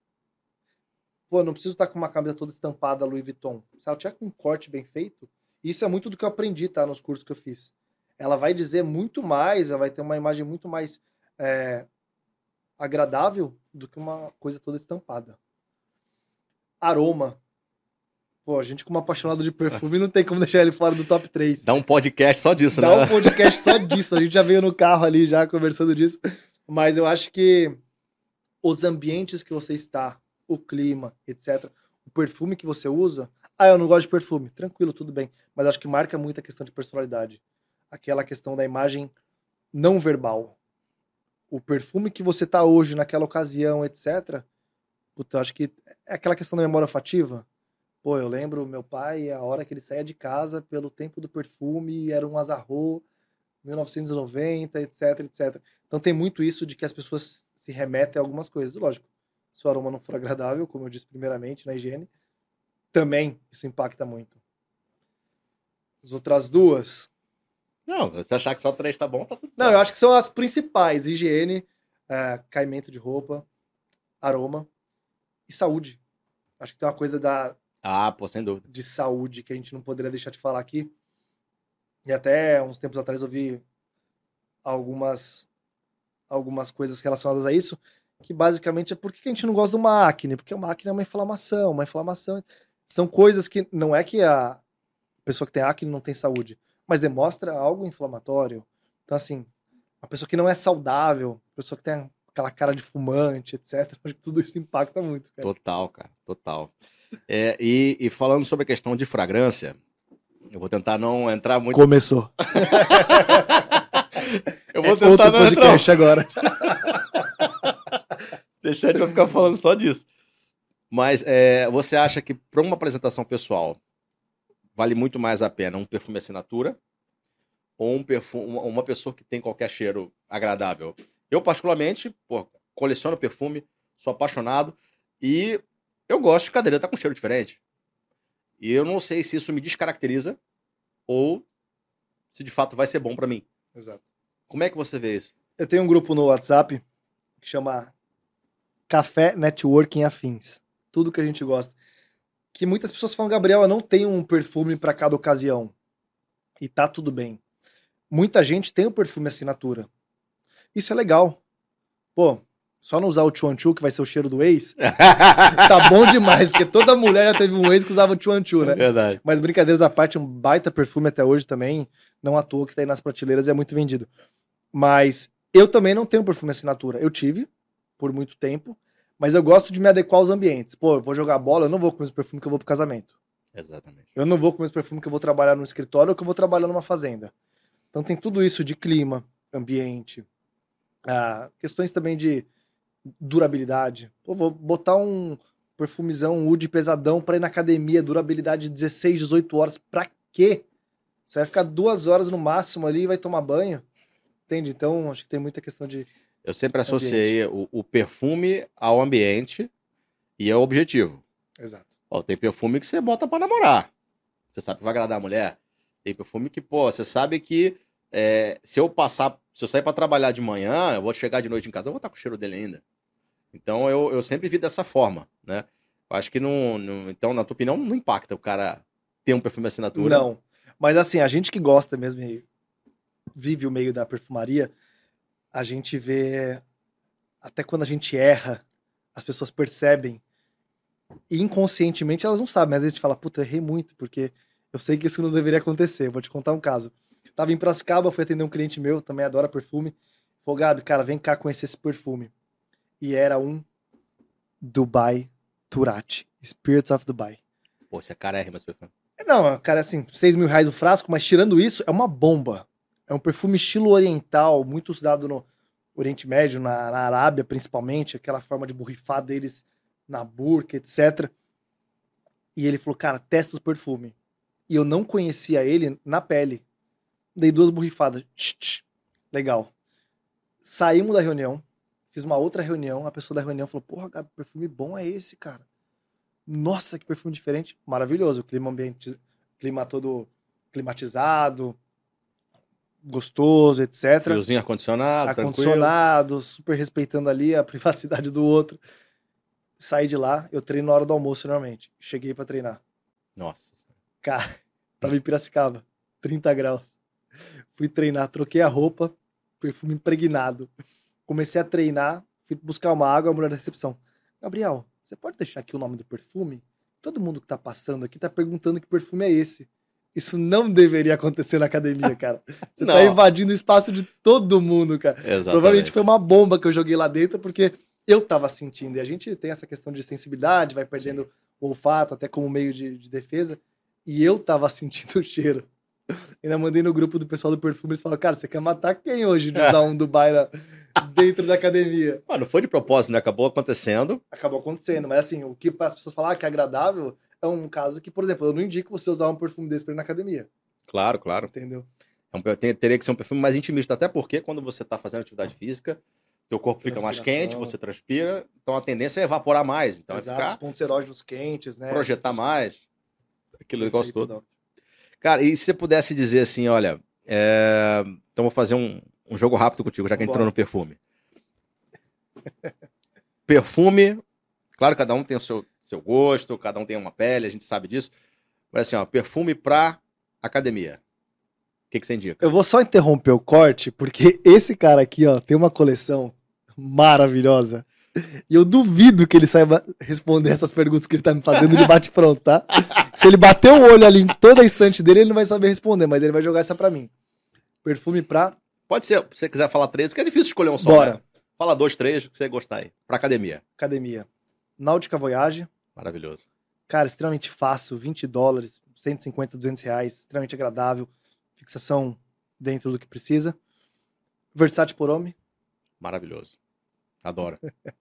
Pô, não preciso estar com uma camisa toda estampada Louis Vuitton. Se ela tiver com um corte bem feito, isso é muito do que eu aprendi, tá, nos cursos que eu fiz. Ela vai dizer muito mais, ela vai ter uma imagem muito mais agradável do que uma coisa toda estampada. Aroma. Pô, a gente como apaixonado de perfume não tem como deixar ele fora do top 3. Dá um podcast só disso, né? Dá um podcast só disso. A gente já veio no carro ali já conversando disso. Mas eu acho que os ambientes que você está, o clima, etc., o perfume que você usa... Ah, eu não gosto de perfume. Tranquilo, tudo bem. Mas acho que marca muito a questão de personalidade. Aquela questão da imagem não verbal. O perfume que você tá hoje, naquela ocasião, etc., puta, eu acho que é aquela questão da memória olfativa. Pô, eu lembro meu pai, a hora que ele saía de casa, pelo tempo do perfume, era um Azarro, 1990, etc, etc. Então tem muito isso de que as pessoas se remetem a algumas coisas. Lógico, se o aroma não for agradável, como eu disse primeiramente, na higiene, também isso impacta muito. As outras duas... Não, se você achar que só 3 tá bom, tá tudo certo. Não, eu acho que são as principais. Higiene, caimento de roupa, aroma e saúde. Acho que tem uma coisa Ah, pô, sem dúvida. de saúde que a gente não poderia deixar de falar aqui. E até uns tempos atrás eu vi algumas coisas relacionadas a isso, que basicamente é por que a gente não gosta de uma acne? Porque uma acne é uma inflamação. São coisas que não é que a pessoa que tem acne não tem saúde, mas demonstra algo inflamatório. Então, assim, uma pessoa que não é saudável, pessoa que tem aquela cara de fumante, etc. Acho que tudo isso impacta muito, cara. Total, cara, total. E falando sobre a questão de fragrância, eu vou tentar não entrar muito... Começou. Eu vou tentar outro não entrar... podcast agora. Deixar a gente vai ficar falando só disso. Mas você acha que para uma apresentação pessoal vale muito mais a pena um perfume assinatura ou uma pessoa que tem qualquer cheiro agradável? Eu, particularmente, pô, coleciono perfume, sou apaixonado e eu gosto de cadeira estar com cheiro diferente. E eu não sei se isso me descaracteriza ou se de fato vai ser bom para mim. Exato. Como é que você vê isso? Eu tenho um grupo no WhatsApp que chama Café Networking Afins. Tudo que a gente gosta. Que muitas pessoas falam, Gabriel, eu não tenho um perfume para cada ocasião. E tá tudo bem. Muita gente tem o perfume assinatura. Isso é legal. Pô, só não usar o Chuanchu, que vai ser o cheiro do ex, tá bom demais, porque toda mulher já teve um ex que usava o Chuanchu, né? Verdade. Mas brincadeiras à parte, um baita perfume até hoje também, não à toa que tá aí nas prateleiras e é muito vendido. Mas eu também não tenho perfume assinatura. Eu tive, por muito tempo, mas eu gosto de me adequar aos ambientes. Pô, eu vou jogar bola, eu não vou com o mesmo perfume que eu vou pro casamento. Exatamente. Eu não vou com o mesmo perfume que eu vou trabalhar no escritório ou que eu vou trabalhar numa fazenda. Então tem tudo isso de clima, ambiente, questões também de durabilidade. Pô, vou botar um perfumizão, um Oud pesadão pra ir na academia, durabilidade de 16, 18 horas. Pra quê? Você vai ficar 2 horas no máximo ali e vai tomar banho. Entende? Então, acho que tem muita questão de... Eu sempre associei o perfume ao ambiente e ao objetivo. Exato. Ó, tem perfume que você bota pra namorar. Você sabe que vai agradar a mulher. Tem perfume que, pô, você sabe que se eu sair pra trabalhar de manhã, eu vou chegar de noite em casa, eu vou estar com o cheiro dele ainda. Então, eu sempre vi dessa forma, né? Eu acho que então, na tua opinião, não impacta o cara ter um perfume assinatura. Não. Mas assim, a gente que gosta mesmo e vive o meio da perfumaria, a gente vê, até quando a gente erra, as pessoas percebem. E inconscientemente elas não sabem, mas a gente fala, puta, eu errei muito, porque eu sei que isso não deveria acontecer. Vou te contar um caso. Tava em Piracicaba, fui atender um cliente meu, também adora perfume. Falou, Gabi, cara, vem cá conhecer esse perfume. E era um Dubai Turati. Spirits of Dubai. Pô, isso é carérrimo esse perfume. Não, cara, assim, 6 mil reais o frasco, mas tirando isso, é uma bomba. É um perfume estilo oriental, muito usado no Oriente Médio, na Arábia principalmente, aquela forma de borrifar deles na burca, etc. E ele falou, cara, testa o perfume. E eu não conhecia ele na pele. Dei 2 borrifadas. Legal. Saímos da reunião, fiz uma outra reunião, a pessoa da reunião falou, porra, Gabi, perfume bom é esse, cara. Nossa, que perfume diferente. Maravilhoso. Clima todo climatizado, gostoso, etc. Friozinho ar-condicionado, Ar-condicionado, super respeitando ali a privacidade do outro. Saí de lá, eu treino na hora do almoço normalmente. Cheguei pra treinar. Nossa. Cara, tava em Piracicaba, 30 graus. Fui treinar, troquei a roupa, perfume impregnado. Comecei a treinar, fui buscar uma água, a mulher da recepção. Gabriel, você pode deixar aqui o nome do perfume? Todo mundo que tá passando aqui tá perguntando que perfume é esse. Isso não deveria acontecer na academia, cara. Você tá invadindo o espaço de todo mundo, cara. Exatamente. Provavelmente foi uma bomba que eu joguei lá dentro, porque eu tava sentindo. E a gente tem essa questão de sensibilidade, vai perdendo o olfato até como meio de defesa. E eu tava sentindo o cheiro. Ainda mandei no grupo do pessoal do perfume, eles falaram, cara, você quer matar quem hoje de usar um Dubai dentro da academia? Mano, foi de propósito, né? Acabou acontecendo. Acabou acontecendo, mas assim, o que as pessoas falam que é agradável é um caso que, por exemplo, eu não indico você usar um perfume desse pra ir na academia. Claro, claro. Entendeu? Teria que ser um perfume mais intimista, até porque quando você tá fazendo atividade física, teu corpo fica mais quente, você transpira, então a tendência é evaporar mais. Então exato, os pontos erógenos quentes, né? Projetar mais, aquele negócio todo. Doctor. Cara, e se você pudesse dizer assim, olha, então vou fazer um jogo rápido contigo, já que entrou no perfume. Perfume, claro, cada um tem o seu gosto, cada um tem uma pele, a gente sabe disso. Mas assim, ó, perfume pra academia. O que você indica? Eu vou só interromper o corte, porque esse cara aqui, ó, tem uma coleção maravilhosa. E eu duvido que ele saiba responder essas perguntas que ele tá me fazendo de bate-pronto, tá? Se ele bater o olho ali em toda a estante dele, ele não vai saber responder, mas ele vai jogar essa pra mim. Perfume pra... Pode ser, se você quiser falar 3, porque é difícil escolher um só. Bora. Né? Fala 2, 3, que você gostar aí. Pra academia. Academia. Nautica Voyage. Maravilhoso. Cara, extremamente fácil, $20, 150, R$200, extremamente agradável. Fixação dentro do que precisa. Versace por Homme. Maravilhoso. Adoro.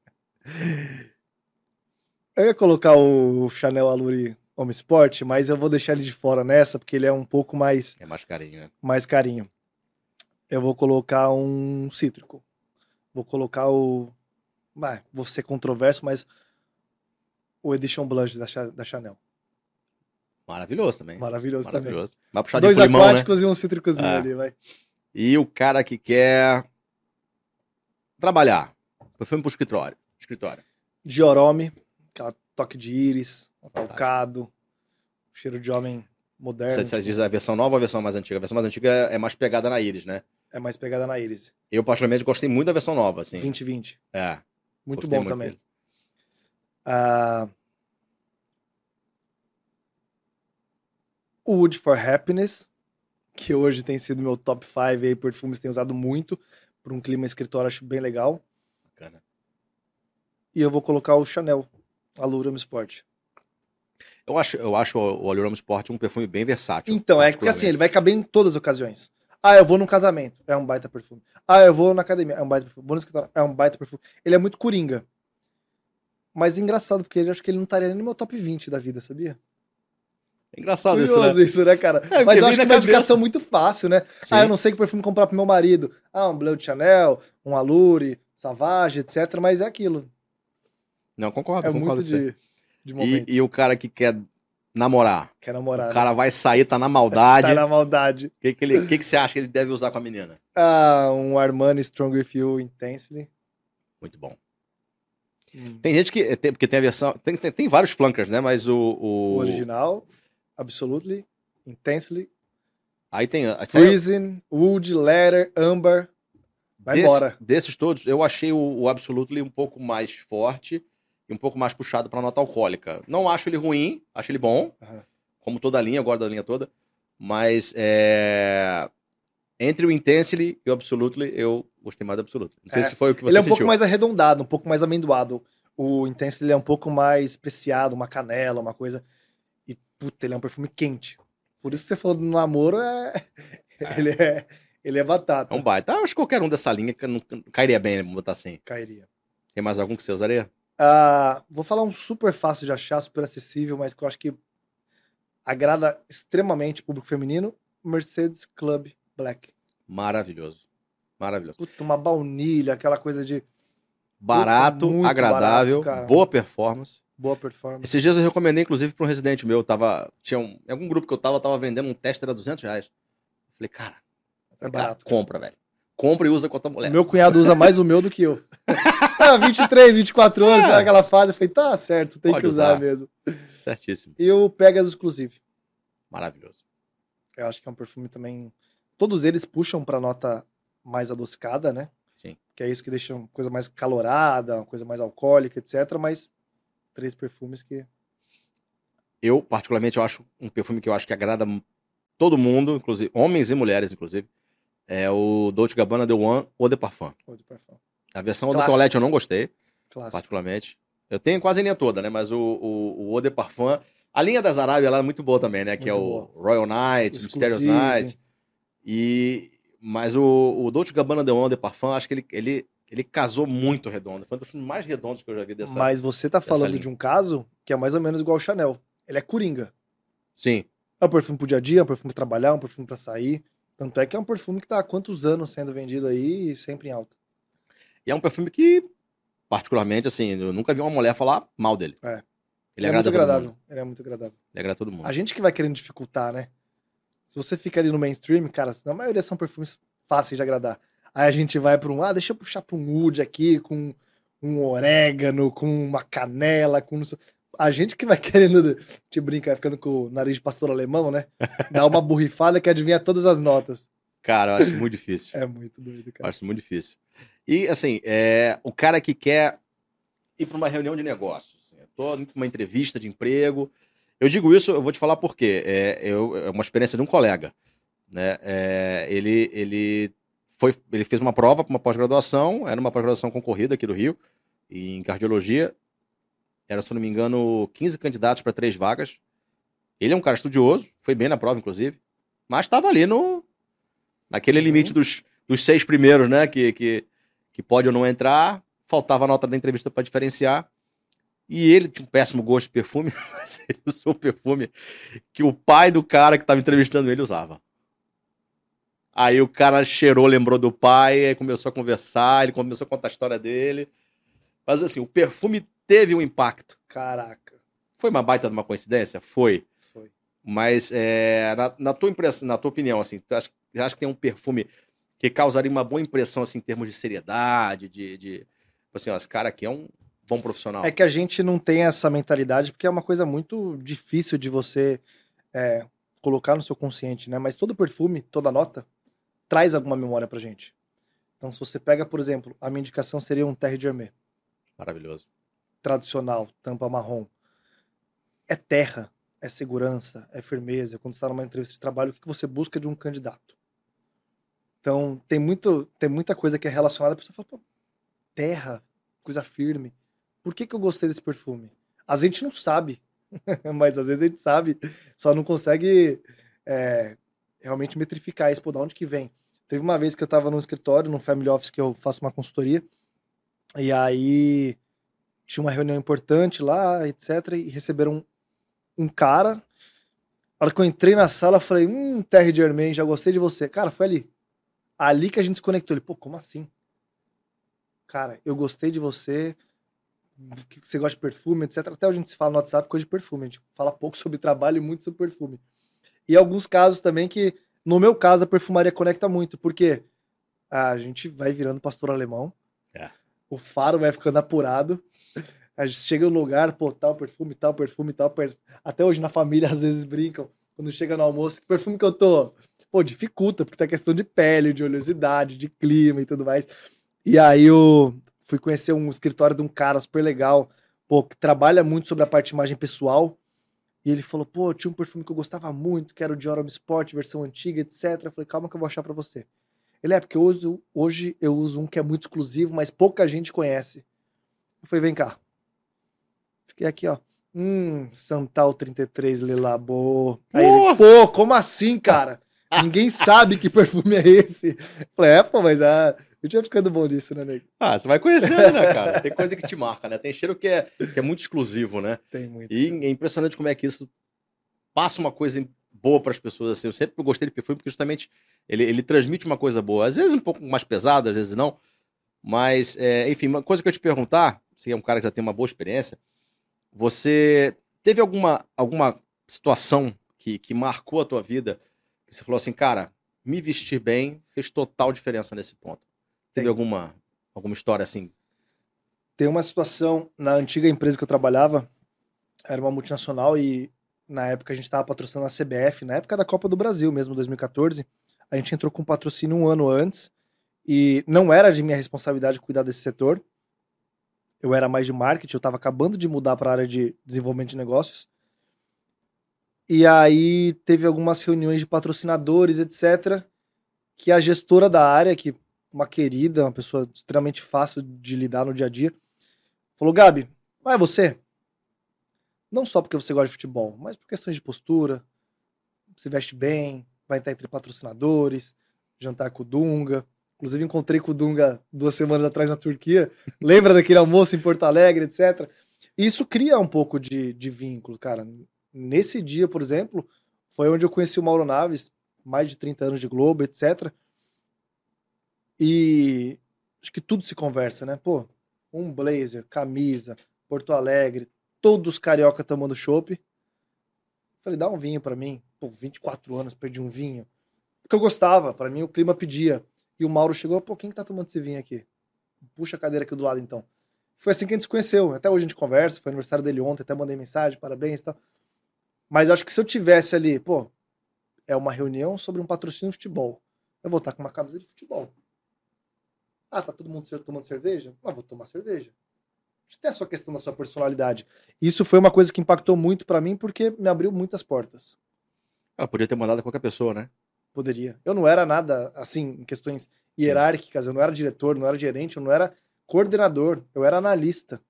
Eu ia colocar o Chanel Allure Homme Sport, mas eu vou deixar ele de fora nessa, porque ele é um pouco mais... É mais carinho, né? Mais carinho. Eu vou colocar um cítrico. Vou colocar o... vou ser controverso, mas o Edition Blush da Chanel. Maravilhoso também. Maravilhoso também. Vai puxar 2 de limão, aquáticos, né? E um cítricozinho ali, vai. E o cara que quer trabalhar. Perfume pro escritório. Dior Homme, aquela toque de íris, talcado, cheiro de homem moderno. Você diz a versão nova ou a versão mais antiga? A versão mais antiga é mais pegada na íris, né? É mais pegada na íris. Eu, particularmente, gostei muito da versão nova, assim. 2020. É. Muito bom também. Dele. O Wood for Happiness, que hoje tem sido meu top 5 aí, perfumes tenho usado muito, por um clima escritório, acho bem legal. Bacana. E eu vou colocar o Chanel Allure Homme Sport. Eu acho o Allure Homme Sport um perfume bem versátil. Então, é porque assim, ele vai caber em todas as ocasiões. Eu vou num casamento, é um baita perfume. Eu vou na academia, é um baita perfume. Vou no escritório, é um baita perfume. Ele é muito coringa. Mas engraçado, porque eu acho que ele não estaria nem no meu top 20 da vida, sabia? É engraçado curioso isso, né, cara? Mas eu acho que é uma indicação muito fácil, né? Sim. Eu não sei que perfume comprar pro meu marido. Um Bleu de Chanel, um Allure, Savage, etc. Mas é aquilo. Não, concordo. É muito de momento. E o cara que quer namorar? Quer namorar. O cara vai sair, tá na maldade. Tá na maldade. O que você acha que ele deve usar com a menina? Um Armani Strong With You Intensely. Muito bom. Tem gente que... Porque tem a versão... Tem vários flankers, né? Mas o original, Absolutely, Intensely. Aí tem... Freezing, Wood, Leather, Amber. Vai embora. Desses todos, eu achei o Absolutely um pouco mais forte e um pouco mais puxado pra nota alcoólica. Não acho ele ruim, acho ele bom. Como toda a linha, eu gosto da linha toda. Mas Entre o Intensely e o Absolutely, eu gostei mais do Absolutely. Não sei se foi o que você Ele é um sentiu. pouco mais arredondado, um pouco mais amendoado. O Intense ele é um pouco mais especiado, uma canela, uma coisa. E, puta, ele é um perfume quente. Por isso que você falou do namoro, ele é, ele é É batata. um baita. Acho que qualquer um dessa linha que não cairia bem, né? Vamos botar assim. Cairia. Tem mais algum que você usaria? Vou falar um super fácil de achar, super acessível, mas que eu acho que agrada extremamente o público feminino. Mercedes Club Black. Maravilhoso. Maravilhoso. Puta, uma baunilha, aquela coisa de Barato, muito agradável, barato, cara. boa performance. boa performance. Esses dias eu recomendei, inclusive, para um residente meu. Em algum grupo que eu tava vendendo um tester a R$200. Falei, cara, barato. Compra, velho. Compra e usa com a tua mulher. Meu cunhado usa mais o meu do que eu. 23, 24 anos, sabe aquela fase? Eu falei, tá certo, tem Pode que usar usar. mesmo. Certíssimo. E o Pegasus Exclusive. Maravilhoso. Eu acho que é um perfume também. Todos eles puxam pra nota mais adocicada, né? Sim. Que é isso que deixa uma coisa mais calorada, uma coisa mais alcoólica, etc. Mas 3 perfumes que. Eu, particularmente, eu acho um perfume que eu acho que agrada todo mundo, inclusive homens e mulheres, inclusive. É o Dolce & Gabbana The One Eau de Parfum. Eau de Parfum. A versão do Clássico. Toilette eu não gostei, Clássico. particularmente. Eu tenho quase a linha toda, né? Mas o Eau de Parfum... A linha das Arábia lá é muito boa também, né? Que Muito é o boa. Royal Night, Mysterious Exclusive. Night. Mas o Dolce & Gabbana The One Eau de Parfum, acho que ele casou muito redondo. Foi um dos filmes mais redondos que eu já vi dessa... Mas você tá falando linha. de um caso que é mais ou menos igual ao Chanel. Ele é coringa. Sim. É um perfume pro dia a dia, é um perfume pra trabalhar, um perfume pra sair. Tanto é que é um perfume que tá há quantos anos sendo vendido aí e sempre em alta. E é um perfume que, particularmente, assim, eu nunca vi uma mulher falar mal dele. É. Ele é agrada muito todo agradável. mundo. Ele é muito agradável. Ele agrada todo mundo. A gente que vai querendo dificultar, né? Se você fica ali no mainstream, cara, na maioria são perfumes fáceis de agradar. Aí a gente vai pra deixa eu puxar pra um oud aqui, com um orégano, com uma canela, com... A gente que vai querendo, te brinca, vai ficando com o nariz de pastor alemão, né? Dá uma borrifada que adivinha todas as notas. Cara, eu acho muito difícil. É muito doido, Eu cara. acho muito difícil. E, assim, o cara que quer ir para uma reunião de negócios, assim, eu tô indo pra uma entrevista de emprego. Eu digo isso, eu vou te falar por quê. É uma experiência de um colega, né? Ele fez uma prova para uma pós-graduação, era uma pós-graduação concorrida aqui do Rio, em cardiologia. Era, se não me engano, 15 candidatos para 3 vagas. Ele é um cara estudioso, foi bem na prova, inclusive, mas estava ali naquele limite dos 6 primeiros, né? Que pode ou não entrar. Faltava a nota da entrevista para diferenciar. E ele tinha um péssimo gosto de perfume, mas ele usou o perfume que o pai do cara que estava entrevistando ele usava. Aí o cara cheirou, lembrou do pai, aí começou a conversar, ele começou a contar a história dele. Mas assim, o perfume teve um impacto. Caraca. Foi uma baita de uma coincidência? Foi. Foi. Mas na tua impressão, na tua opinião, assim, tu acha que tem um perfume que causaria uma boa impressão assim, em termos de seriedade, assim, ó, esse cara aqui é um bom profissional. É que a gente não tem essa mentalidade, porque é uma coisa muito difícil de você colocar no seu consciente, né? Mas todo perfume, toda nota, traz alguma memória pra gente. Então, se você pega, por exemplo, a minha indicação seria um Terre Hermé. Maravilhoso. Tradicional, tampa marrom. É terra, é segurança, é firmeza. Quando você está numa entrevista de trabalho, o que você busca de um candidato? Então, tem muita coisa que é relacionada, a pessoa fala, pô, terra, coisa firme. Por que eu gostei desse perfume? A gente não sabe, mas às vezes a gente sabe, só não consegue realmente metrificar isso, pô, de onde que vem. Teve uma vez que eu estava num escritório, num family office que eu faço uma consultoria, e aí tinha uma reunião importante lá, etc, e receberam um cara. Na hora que eu entrei na sala, eu falei, Terre Hermé, já gostei de você. Cara, foi ali. Ali que a gente se conectou. Ele, pô, como assim? Cara, eu gostei de você, que você gosta de perfume, etc. Até a gente se fala no WhatsApp coisa de perfume. A gente fala pouco sobre trabalho e muito sobre perfume. E alguns casos também que, no meu caso, a perfumaria conecta muito, porque a gente vai virando pastor alemão, o faro vai ficando apurado, a gente chega no lugar, pô, tal perfume, tal perfume, tal perfume. Até hoje na família às vezes brincam, quando chega no almoço, que perfume que eu tô? Pô, dificulta, porque tá questão de pele, de oleosidade, de clima e tudo mais. E aí eu fui conhecer um escritório de um cara super legal, pô, que trabalha muito sobre a parte de imagem pessoal, E ele falou, pô, tinha um perfume que eu gostava muito, que era o Dior Homme Sport, versão antiga, etc. Eu falei, calma que eu vou achar pra você. Ele porque hoje eu uso um que é muito exclusivo, mas pouca gente conhece. Eu falei, vem cá. Fiquei aqui, ó. Santal 33 Le Labo. Aí ele, pô, como assim, cara? Ninguém sabe que perfume é esse. Eu falei, pô, mas eu tinha ficando bom nisso, né, nego? Você vai conhecendo, né, cara? Tem coisa que te marca, né? Tem cheiro que é muito exclusivo, né? Tem muito. E é impressionante como é que isso passa uma coisa boa para as pessoas, assim. Eu sempre gostei de perfume porque justamente ele transmite uma coisa boa. Às vezes um pouco mais pesada, às vezes não. Mas, enfim, uma coisa que eu te perguntar, você é um cara que já tem uma boa experiência, você teve alguma situação que marcou a tua vida, que você falou assim, cara, me vestir bem fez total diferença nesse ponto? Teve alguma história assim? Tem uma situação na antiga empresa que eu trabalhava, era uma multinacional e na época a gente estava patrocinando a CBF, na época da Copa do Brasil mesmo, 2014, a gente entrou com patrocínio um ano antes e não era de minha responsabilidade cuidar desse setor, eu era mais de marketing, eu estava acabando de mudar para a área de desenvolvimento de negócios. E aí teve algumas reuniões de patrocinadores, etc, que a gestora da área, que uma querida, uma pessoa extremamente fácil de lidar no dia a dia, falou, Gabi, vai você. Não só porque você gosta de futebol, mas por questões de postura, se veste bem, vai estar entre patrocinadores, jantar com o Dunga. Inclusive encontrei com o Dunga 2 semanas atrás na Turquia. Lembra daquele almoço em Porto Alegre, etc. E isso cria um pouco de vínculo, cara. Nesse dia, por exemplo, foi onde eu conheci o Mauro Naves, mais de 30 anos de Globo, etc. E acho que tudo se conversa, né? Pô, um blazer, camisa, Porto Alegre, todos carioca tomando chopp. Falei, dá um vinho pra mim. Pô, 24 anos, perdi um vinho. Porque eu gostava, pra mim o clima pedia. E o Mauro chegou, pô, quem que tá tomando esse vinho aqui? Puxa a cadeira aqui do lado, então. Foi assim que a gente se conheceu. Até hoje a gente conversa, foi aniversário dele ontem, até mandei mensagem, parabéns e tal. Mas acho que se eu tivesse ali, pô, é uma reunião sobre um patrocínio de futebol. Eu vou estar com uma camisa de futebol. Tá todo mundo tomando cerveja? Vou tomar cerveja. Tem a sua questão da sua personalidade. Isso foi uma coisa que impactou muito pra mim, porque me abriu muitas portas. Ela podia ter mandado a qualquer pessoa, né? Poderia. Eu não era nada, assim, em questões hierárquicas, eu não era diretor, não era gerente, eu não era coordenador, eu era analista.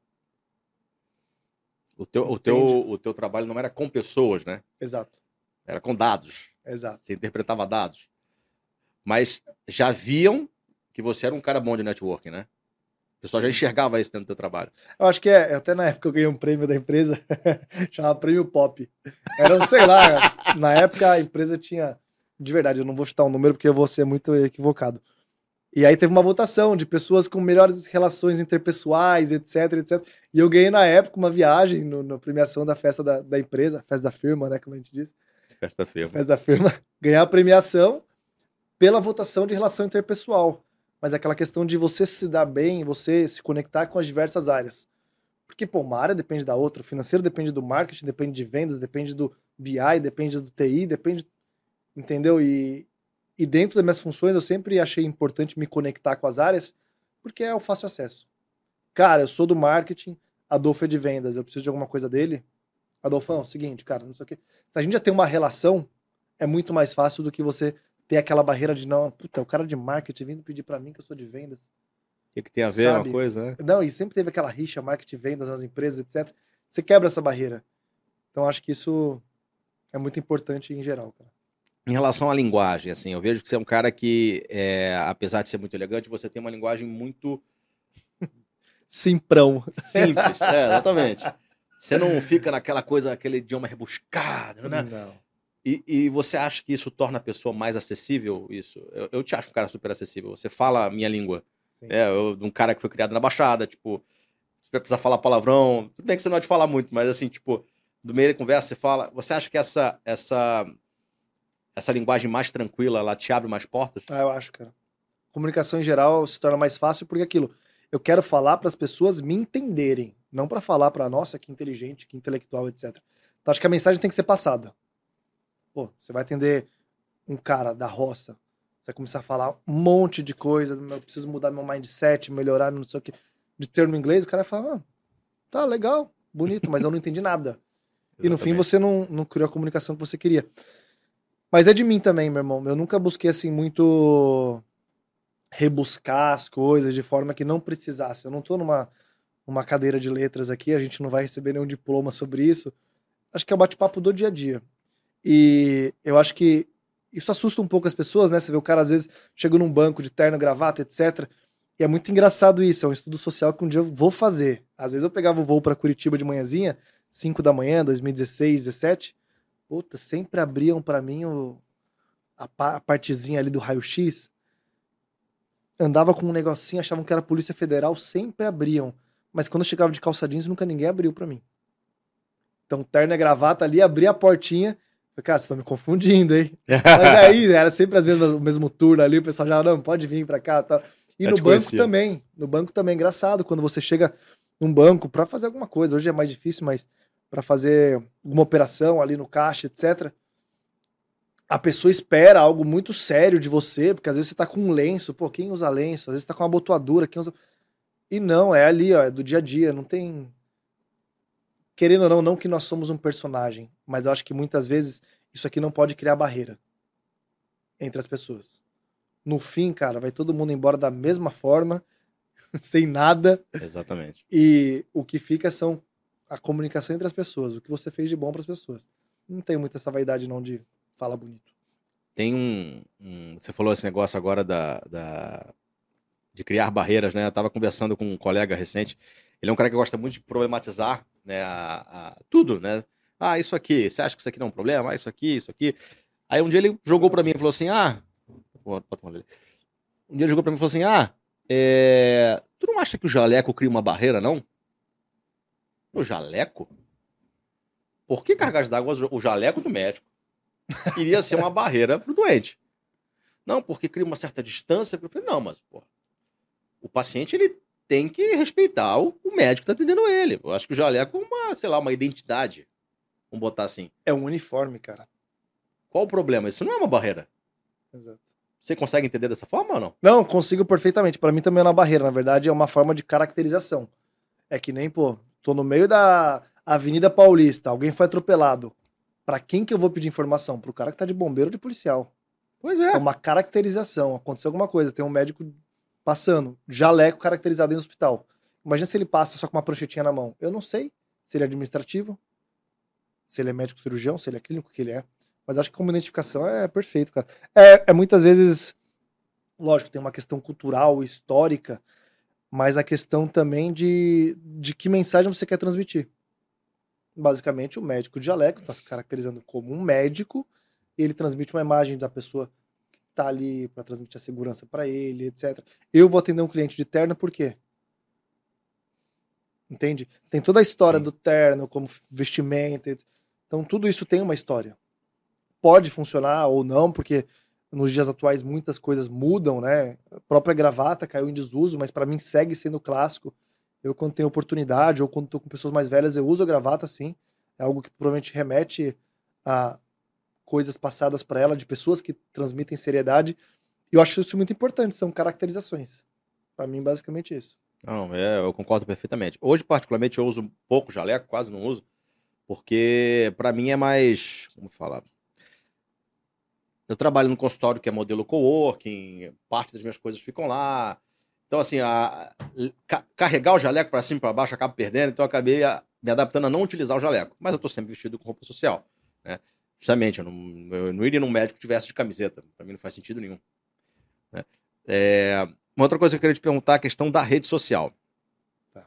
O teu trabalho não era com pessoas, né? Exato. Era com dados. Exato. Você interpretava dados. Mas já viam que você era um cara bom de networking, né? O pessoal já enxergava isso dentro do teu trabalho. Eu acho que até na época eu ganhei um prêmio da empresa, chamava Prêmio Pop. Era, sei lá, na época a empresa tinha, de verdade, eu não vou chutar um número porque eu vou ser muito equivocado. E aí teve uma votação de pessoas com melhores relações interpessoais, etc, etc. E eu ganhei na época uma viagem na premiação da festa da empresa, festa da firma, né, como a gente diz. Festa da firma. Festa da firma. Ganhar a premiação pela votação de relação interpessoal. Mas aquela questão de você se dar bem, você se conectar com as diversas áreas. Porque, pô, uma área depende da outra. O financeiro depende do marketing, depende de vendas, depende do BI, depende do TI, depende... Entendeu? E dentro das minhas funções, eu sempre achei importante me conectar com as áreas, porque é o fácil acesso. Cara, eu sou do marketing, Adolfo é de vendas, eu preciso de alguma coisa dele. Adolfão, seguinte, cara, não sei o quê. Se a gente já tem uma relação, é muito mais fácil do que você ter aquela barreira de não, puta, o cara de marketing vindo pedir pra mim que eu sou de vendas. O que tem a ver uma coisa, né? Não, e sempre teve aquela rixa, marketing, vendas nas empresas, etc. Você quebra essa barreira. Então acho que isso é muito importante em geral, cara. Em relação à linguagem, assim, eu vejo que você é um cara que, apesar de ser muito elegante, você tem uma linguagem muito... Simprão. Simples, exatamente. Você não fica naquela coisa, aquele idioma rebuscado, né? Não. E você acha que isso torna a pessoa mais acessível? Isso? Eu te acho um cara super acessível. Você fala a minha língua. Um cara que foi criado na Baixada, tipo, você vai precisar falar palavrão. Tudo bem que você não pode falar muito, mas assim, tipo, do meio da conversa você fala. Você acha que essa linguagem mais tranquila, ela te abre mais portas? Eu acho, cara. Comunicação em geral se torna mais fácil porque aquilo. Eu quero falar para as pessoas me entenderem, não para falar para nossa, que inteligente, que intelectual, etc. Então acho que a mensagem tem que ser passada. Pô, você vai atender um cara da roça, você vai começar a falar um monte de coisa, eu preciso mudar meu mindset, melhorar, não sei o que, de termo em inglês, o cara vai falar, tá legal, bonito, mas eu não entendi nada. E no fim você não criou a comunicação que você queria. Mas é de mim também, meu irmão. Eu nunca busquei assim muito rebuscar as coisas de forma que não precisasse. Eu não tô numa cadeira de letras aqui, a gente não vai receber nenhum diploma sobre isso. Acho que é o bate-papo do dia a dia. E eu acho que isso assusta um pouco as pessoas, né? Você vê o cara às vezes chega num banco de terno, gravata, etc. E é muito engraçado isso, é um estudo social que um dia eu vou fazer. Às vezes eu pegava o voo para Curitiba de manhãzinha, 5 da manhã, 2016, 17. Puta, sempre abriam para mim a partezinha ali do raio-x. Andava com um negocinho, achavam que era a Polícia Federal, sempre abriam. Mas quando eu chegava de calça jeans, nunca ninguém abriu para mim. Então, terno e gravata ali, abria a portinha. Falei, cara, vocês estão me confundindo, hein? Mas aí, era sempre as mesmas, o mesmo turno ali, o pessoal já, não, pode vir pra cá, tal. E no banco também. No banco também, engraçado, quando você chega num banco pra fazer alguma coisa, hoje é mais difícil, mas pra fazer alguma operação ali no caixa, etc., a pessoa espera algo muito sério de você, porque às vezes você tá com um lenço, pô, quem usa lenço? Às vezes você tá com uma abotoadura, quem usa... E não, é ali, ó, é do dia a dia, não tem... Querendo ou não, não que nós somos um personagem, mas eu acho que muitas vezes isso aqui não pode criar barreira entre as pessoas. No fim, cara, vai todo mundo embora da mesma forma, sem nada. Exatamente. E o que fica são a comunicação entre as pessoas, o que você fez de bom para as pessoas. Não tem muita essa vaidade não de falar bonito. Tem você falou esse negócio agora de criar barreiras, né? Eu tava conversando com um colega recente. Ele é um cara que gosta muito de problematizar, né, tudo, né? Ah, isso aqui, você acha que isso aqui não é um problema? Ah, isso aqui, isso aqui. Aí um dia ele jogou pra mim e falou assim, um dia ele jogou pra mim e falou assim, tu não acha que o jaleco cria uma barreira, não? O jaleco? Por que cargas d'água o jaleco do médico iria ser uma barreira pro doente? Não, porque cria uma certa distância. Eu falei, não, mas, pô, o paciente, ele tem que respeitar o médico que tá atendendo ele. Eu acho que o jaleco é uma, sei lá, uma identidade. Vamos botar assim. É um uniforme, cara. Qual o problema? Isso não é uma barreira. Exato. Você consegue entender dessa forma ou não? Não, consigo perfeitamente. Pra mim também é uma barreira. Na verdade, é uma forma de caracterização. É que nem, pô, tô no meio da Avenida Paulista, alguém foi atropelado. Pra quem que eu vou pedir informação? Pro cara que tá de bombeiro ou de policial. Pois é. É uma caracterização. Aconteceu alguma coisa, tem um médico passando, jaleco caracterizado em hospital. Imagina se ele passa só com uma pranchetinha na mão. Eu não sei se ele é administrativo, se ele é médico cirurgião, se ele é clínico, o que ele é. Mas acho que como identificação é perfeito, cara. É muitas vezes, lógico, tem uma questão cultural, histórica, mas a questão também de que mensagem você quer transmitir. Basicamente, o médico de jaleco está se caracterizando como um médico, e ele transmite uma imagem da pessoa que está ali para transmitir a segurança para ele, etc. Eu vou atender um cliente de terno por quê? Entende? Tem toda a história Sim. do terno, como vestimenta. Então, tudo isso tem uma história. Pode funcionar ou não, porque nos dias atuais muitas coisas mudam, né? A própria gravata caiu em desuso, mas para mim segue sendo clássico. Eu, quando tenho oportunidade, ou quando estou com pessoas mais velhas, eu uso a gravata, sim. É algo que provavelmente remete a coisas passadas para ela, de pessoas que transmitem seriedade. E eu acho isso muito importante, são caracterizações. Para mim, basicamente isso. Não, eu concordo perfeitamente. Hoje, particularmente, eu uso pouco jaleco, quase não uso, porque pra mim é mais, como falar? Eu trabalho num consultório que é modelo coworking, parte das minhas coisas ficam lá. Então, assim, carregar o jaleco pra cima e pra baixo acaba perdendo, então eu acabei me adaptando a não utilizar o jaleco. Mas eu tô sempre vestido com roupa social, né? Justamente, eu não iria num médico que tivesse de camiseta. Pra mim não faz sentido nenhum, né? Uma outra coisa que eu queria te perguntar é a questão da rede social. Tá.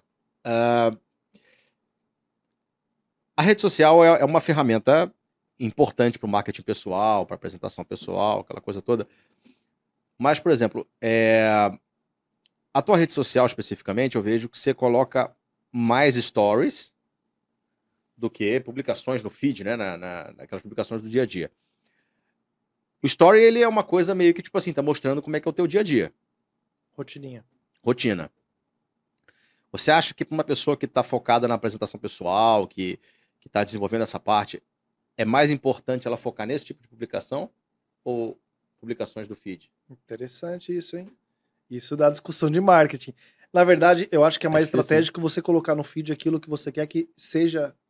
A rede social é uma ferramenta importante para o marketing pessoal, para apresentação pessoal, aquela coisa toda. Mas, por exemplo, a tua rede social especificamente, eu vejo que você coloca mais stories do que publicações no feed, né? Naquelas publicações do dia a dia. O story, ele é uma coisa meio que, tipo assim, tá mostrando como é que é o teu dia a dia. Rotina. Você acha que para uma pessoa que está focada na apresentação pessoal, que está desenvolvendo essa parte, é mais importante ela focar nesse tipo de publicação ou publicações do feed? Interessante isso, hein? Isso dá discussão de marketing. Na verdade, eu acho que é mais difícil, estratégico você colocar no feed aquilo que você quer que seja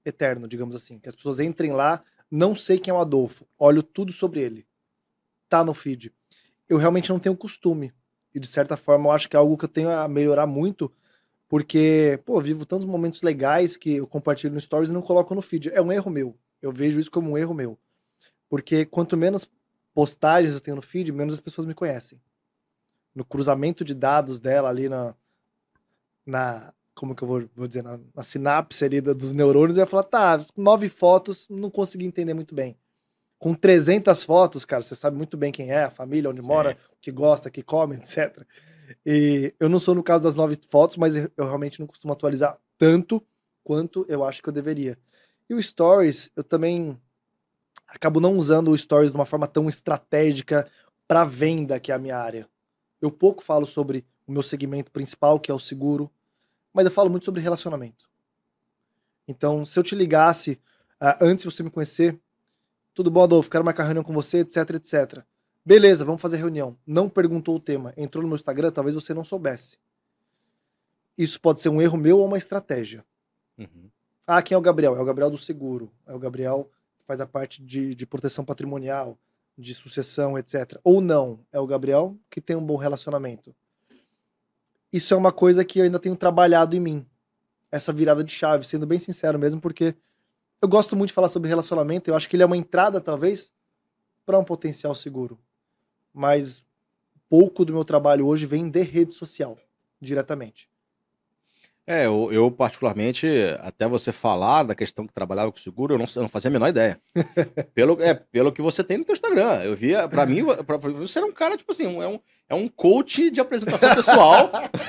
eterno, digamos assim. Que as pessoas entrem lá, não sei quem é o Adolfo, olho tudo sobre ele. Tá no feed. Eu realmente não tenho costume. E de certa forma eu acho que é algo que eu tenho a melhorar muito, porque, pô, vivo tantos momentos legais que eu compartilho no Stories e não coloco no feed. É um erro meu. Eu vejo isso como um erro meu. Porque quanto menos postagens eu tenho no feed, menos as pessoas me conhecem. No cruzamento de dados dela ali como que eu vou dizer, na sinapse ali dos neurônios, eu ia falar, tá, 9 fotos, não consegui entender muito bem. Com 300 fotos, cara, você sabe muito bem quem é, a família, onde mora, o que gosta, que come, etc. E eu não sou no caso das 9 fotos, mas eu realmente não costumo atualizar tanto quanto eu acho que eu deveria. E o Stories, eu também acabo não usando o Stories de uma forma tão estratégica para venda, que é a minha área. Eu pouco falo sobre o meu segmento principal, que é o seguro, mas eu falo muito sobre relacionamento. Então, se eu te ligasse antes de você me conhecer, tudo bom, Adolfo? Quero marcar reunião com você, etc, etc. Beleza, vamos fazer reunião. Não perguntou o tema, entrou no meu Instagram, talvez você não soubesse. Isso pode ser um erro meu ou uma estratégia. Uhum. Ah, quem é o Gabriel? É o Gabriel do seguro. É o Gabriel que faz a parte de proteção patrimonial, de sucessão, etc. Ou não, é o Gabriel que tem um bom relacionamento. Isso é uma coisa que eu ainda tenho trabalhado em mim. Essa virada de chave, sendo bem sincero mesmo, porque eu gosto muito de falar sobre relacionamento, eu acho que ele é uma entrada, talvez, para um potencial seguro. Mas pouco do meu trabalho hoje vem de rede social, diretamente. Eu particularmente, até você falar da questão que trabalhava com seguro, eu não fazia a menor ideia. Pelo que você tem no teu Instagram. Eu via, pra mim, você era um cara, tipo assim, é um coach de apresentação pessoal.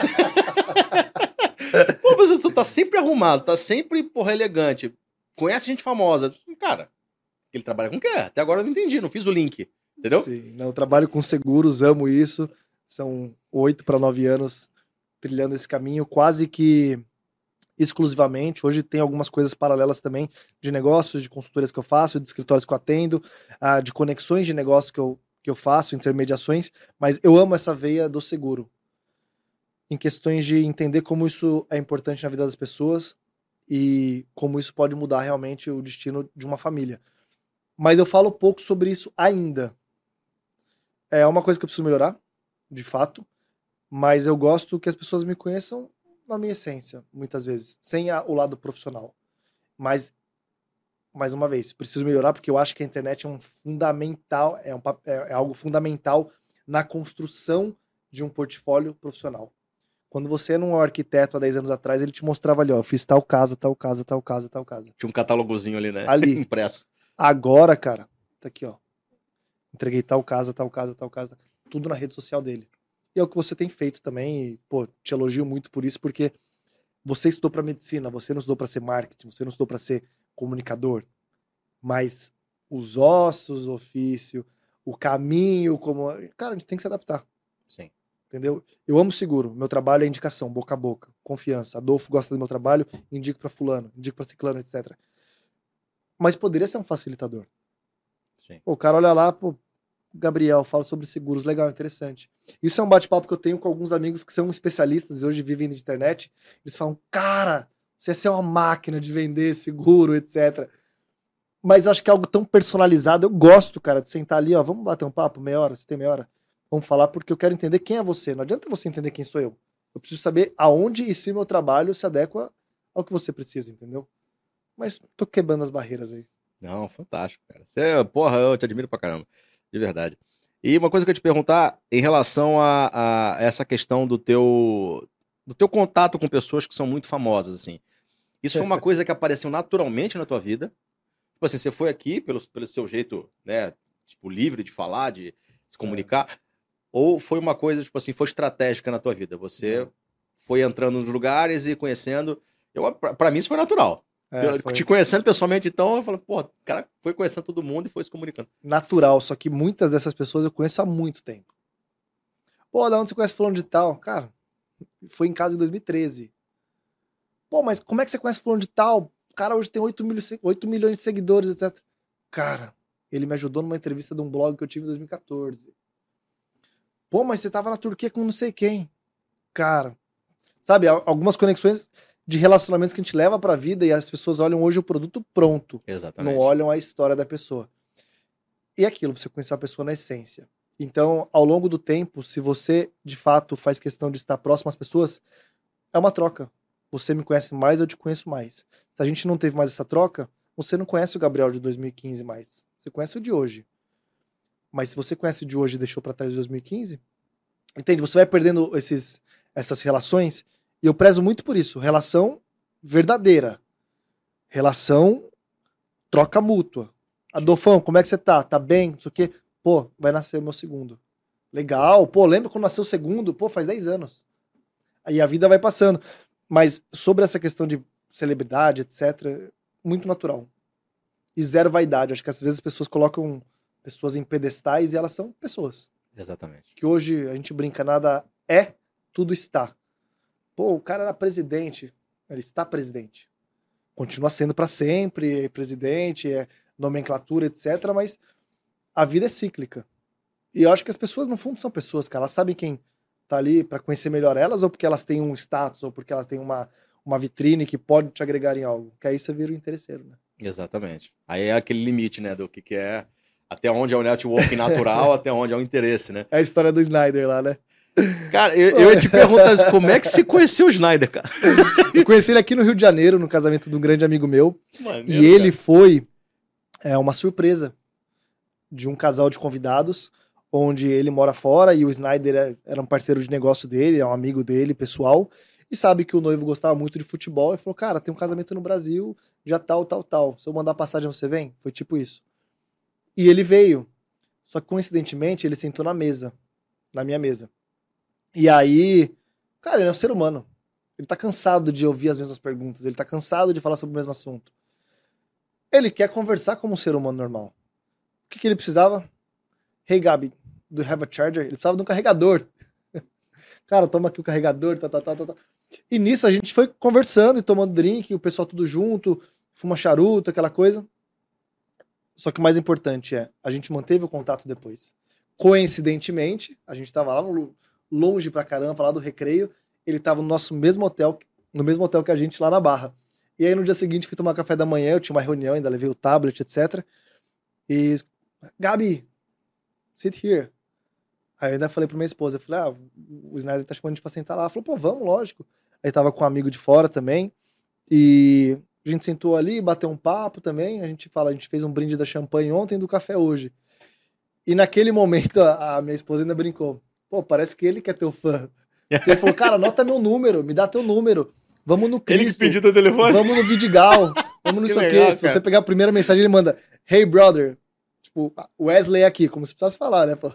Pô, mas você tá sempre arrumado, tá sempre, porra, elegante. Conhece gente famosa. Cara, ele trabalha com o quê? Até agora eu não entendi, não fiz o link. Entendeu? Sim, não, eu trabalho com seguros, amo isso. São 8 para 9 anos trilhando esse caminho, quase que exclusivamente. Hoje tem algumas coisas paralelas também de negócios, de consultorias que eu faço, de escritórios que eu atendo, de conexões de negócios que eu faço, intermediações, mas eu amo essa veia do seguro. Em questões de entender como isso é importante na vida das pessoas e como isso pode mudar realmente o destino de uma família. Mas eu falo pouco sobre isso ainda. É uma coisa que eu preciso melhorar, de fato, mas eu gosto que as pessoas me conheçam na minha essência, muitas vezes, sem o lado profissional. Mas, mais uma vez, preciso melhorar porque eu acho que a internet é um fundamental, é algo fundamental na construção de um portfólio profissional. Quando você era um arquiteto há 10 anos atrás, ele te mostrava ali, ó, eu fiz tal casa, tal casa, tal casa, tal casa. Tinha um catálogozinho ali, né? Ali. Impresso. Agora, cara, tá aqui, ó. Entreguei tal casa, tal casa, tal casa. Tudo na rede social dele. E é o que você tem feito também. E, pô, te elogio muito por isso, porque você estudou para medicina, você não estudou para ser marketing, você não estudou para ser comunicador. Mas os ossos, o ofício, o caminho, como. Cara, a gente tem que se adaptar. Sim. Entendeu? Eu amo seguro. Meu trabalho é indicação, boca a boca, confiança. Adolfo gosta do meu trabalho, indico para fulano, indico para ciclano, etc. Mas poderia ser um facilitador. Sim. Pô, o cara olha lá, pô, Gabriel, fala sobre seguros, legal, interessante. Isso é um bate-papo que eu tenho com alguns amigos que são especialistas e hoje vivem de internet. Eles falam, cara, você é uma máquina de vender seguro, etc. Mas eu acho que é algo tão personalizado. Eu gosto, cara, de sentar ali, ó, vamos bater um papo, meia hora, você tem meia hora? Vamos falar porque eu quero entender quem é você. Não adianta você entender quem sou eu. Eu preciso saber aonde e se meu trabalho se adequa ao que você precisa, entendeu? Mas tô quebrando as barreiras aí. Não, fantástico, cara. Você, porra, eu te admiro pra caramba. De verdade. E uma coisa que eu ia te perguntar em relação a essa questão do teu contato com pessoas que são muito famosas, assim. Isso foi uma coisa que apareceu naturalmente na tua vida? Tipo assim, você foi aqui pelo seu jeito, né, tipo, livre de falar, de se comunicar, ou foi uma coisa, tipo assim, foi estratégica na tua vida? Você foi entrando nos lugares e conhecendo. Pra mim isso foi natural. Te conhecendo pessoalmente, então, eu falo, pô, o cara foi conhecendo todo mundo e foi se comunicando. Natural, só que muitas dessas pessoas eu conheço há muito tempo. Pô, da onde você conhece fulano de tal? Cara, foi em casa em 2013. Pô, mas como é que você conhece fulano de tal? O cara hoje tem 8 milhões de seguidores, etc. Cara, ele me ajudou numa entrevista de um blog que eu tive em 2014. Pô, mas você tava na Turquia com não sei quem. Cara, sabe, algumas conexões de relacionamentos que a gente leva pra vida e as pessoas olham hoje o produto pronto. Exatamente. Não olham a história da pessoa. E aquilo, você conhecer a pessoa na essência. Então, ao longo do tempo, se você, de fato, faz questão de estar próximo às pessoas, é uma troca. Você me conhece mais, eu te conheço mais. Se a gente não teve mais essa troca, você não conhece o Gabriel de 2015 mais. Você conhece o de hoje. Mas se você conhece o de hoje e deixou pra trás o 2015, entende? Você vai perdendo essas relações. E eu prezo muito por isso. Relação verdadeira. Relação troca mútua. Adolfão, como é que você tá? Tá bem? Não sei o quê. Pô, vai nascer o meu segundo. Legal. Pô, lembra quando nasceu o segundo? Pô, faz 10 anos. Aí a vida vai passando. Mas sobre essa questão de celebridade, etc., muito natural. E zero vaidade. Acho que às vezes as pessoas colocam pessoas em pedestais e elas são pessoas. Exatamente. Que hoje a gente brinca, nada é, tudo está. Pô, o cara era presidente. Ele está presidente. Continua sendo para sempre presidente, nomenclatura, etc. Mas a vida é cíclica. E eu acho que as pessoas, no fundo, são pessoas, cara. Elas sabem quem tá ali para conhecer melhor elas, ou porque elas têm um status, ou porque elas têm uma vitrine que pode te agregar em algo. Que aí você vira um interesseiro, né? Exatamente. Aí é aquele limite, né, do que é, até onde é o networking natural, até onde é o interesse, né? É a história do Snyder lá, né? Cara, eu ia te perguntar como é que você conheceu o Snyder, cara? Eu conheci ele aqui no Rio de Janeiro, no casamento de um grande amigo meu. Maneiro, E ele cara. foi uma surpresa de um casal de convidados, onde ele mora fora e o Snyder era um parceiro de negócio dele, é um amigo dele, pessoal, e sabe que o noivo gostava muito de futebol e falou, cara, tem um casamento no Brasil, já tal. Se eu mandar passagem, você vem? Foi tipo isso. E ele veio. Só que, coincidentemente, ele sentou na minha mesa. E aí, cara, ele é um ser humano. Ele tá cansado de ouvir as mesmas perguntas, ele tá cansado de falar sobre o mesmo assunto. Ele quer conversar como um ser humano normal. O que ele precisava? Hey, Gabi, do you have a charger? Ele precisava de um carregador. Cara, toma aqui o carregador, tá. E nisso a gente foi conversando e tomando drink, o pessoal tudo junto, fuma charuto, aquela coisa. Só que o mais importante a gente manteve o contato depois. Coincidentemente, a gente tava lá longe pra caramba, lá do Recreio, ele tava no nosso mesmo hotel, no mesmo hotel que a gente lá na Barra. E aí no dia seguinte fui tomar café da manhã, eu tinha uma reunião, ainda levei o tablet, etc. E, Gabi, sit here. Aí eu ainda falei pra minha esposa, eu falei, o Snyder tá chamando a gente pra sentar lá. Ela falou, pô, vamos, lógico. Aí tava com um amigo de fora também, e a gente sentou ali, bateu um papo também, a gente fez um brinde da champanhe ontem, do café hoje. E naquele momento a minha esposa ainda brincou, pô, parece que ele que é teu fã. Porque ele falou, cara, anota meu número, me dá teu número. Vamos no Cristo. Ele que pediu teu telefone? Vamos no Vidigal. Vamos no isso aqui. Se você pegar a primeira mensagem, ele manda, hey, brother. Tipo, Wesley aqui, como se precisasse falar, né, pô?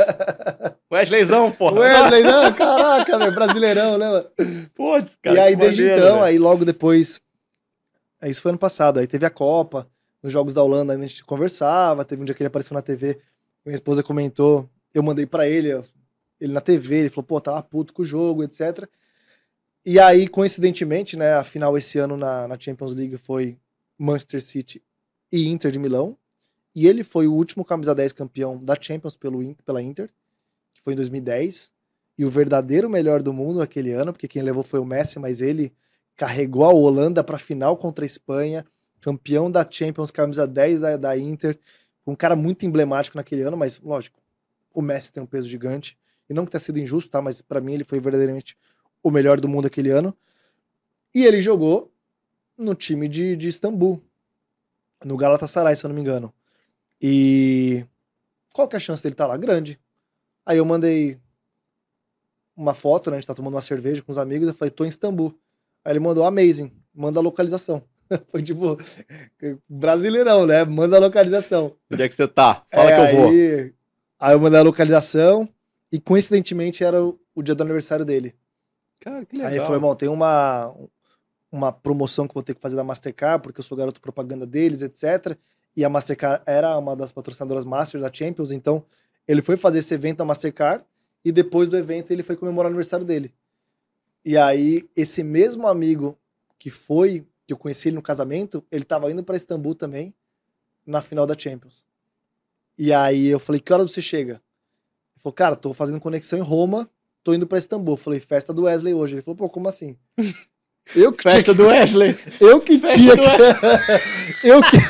Wesleyzão, porra. Wesleyzão, caraca, velho, brasileirão, né, mano? Putz, cara. E aí, desde então, aí logo depois, isso foi ano passado, aí teve a Copa, nos Jogos da Holanda, a gente conversava, teve um dia que ele apareceu na TV, minha esposa comentou, eu mandei pra ele na TV, ele falou, pô, tava puto com o jogo, etc. E aí, coincidentemente, né, a final esse ano na Champions League foi Manchester City e Inter de Milão. E ele foi o último camisa 10 campeão da Champions pela Inter, que foi em 2010. E o verdadeiro melhor do mundo aquele ano, porque quem levou foi o Messi, mas ele carregou a Holanda para a final contra a Espanha, campeão da Champions, camisa 10 da Inter. Um cara muito emblemático naquele ano, mas, lógico, o Messi tem um peso gigante. E não que tenha sido injusto, tá? Mas para mim ele foi verdadeiramente o melhor do mundo aquele ano. E ele jogou no time de Istambul, no Galatasaray, se eu não me engano. E qual que é a chance dele estar lá? Grande. Aí eu mandei uma foto, né? A gente tá tomando uma cerveja com os amigos, eu falei, tô em Istambul. Aí ele mandou, amazing, manda a localização. Foi tipo, brasileirão, né? Manda a localização. Onde é que você tá? Fala que eu vou. Aí eu mandei a localização e coincidentemente era o dia do aniversário dele. Cara, que legal. Aí ele falou, irmão, tem uma promoção que eu vou ter que fazer da Mastercard, porque eu sou garoto propaganda deles, etc. E a Mastercard era uma das patrocinadoras Masters da Champions, então ele foi fazer esse evento da Mastercard e depois do evento ele foi comemorar o aniversário dele. E aí, esse mesmo amigo que eu conheci ele no casamento, ele tava indo pra Istambul também, na final da Champions. E aí eu falei, que horas você chega? Ele falou, cara, tô fazendo conexão em Roma, tô indo pra Istambul. Eu falei, festa do Wesley hoje. Ele falou, pô, como assim? Eu que Festa do Wesley. Eu que tinha que... Eu que...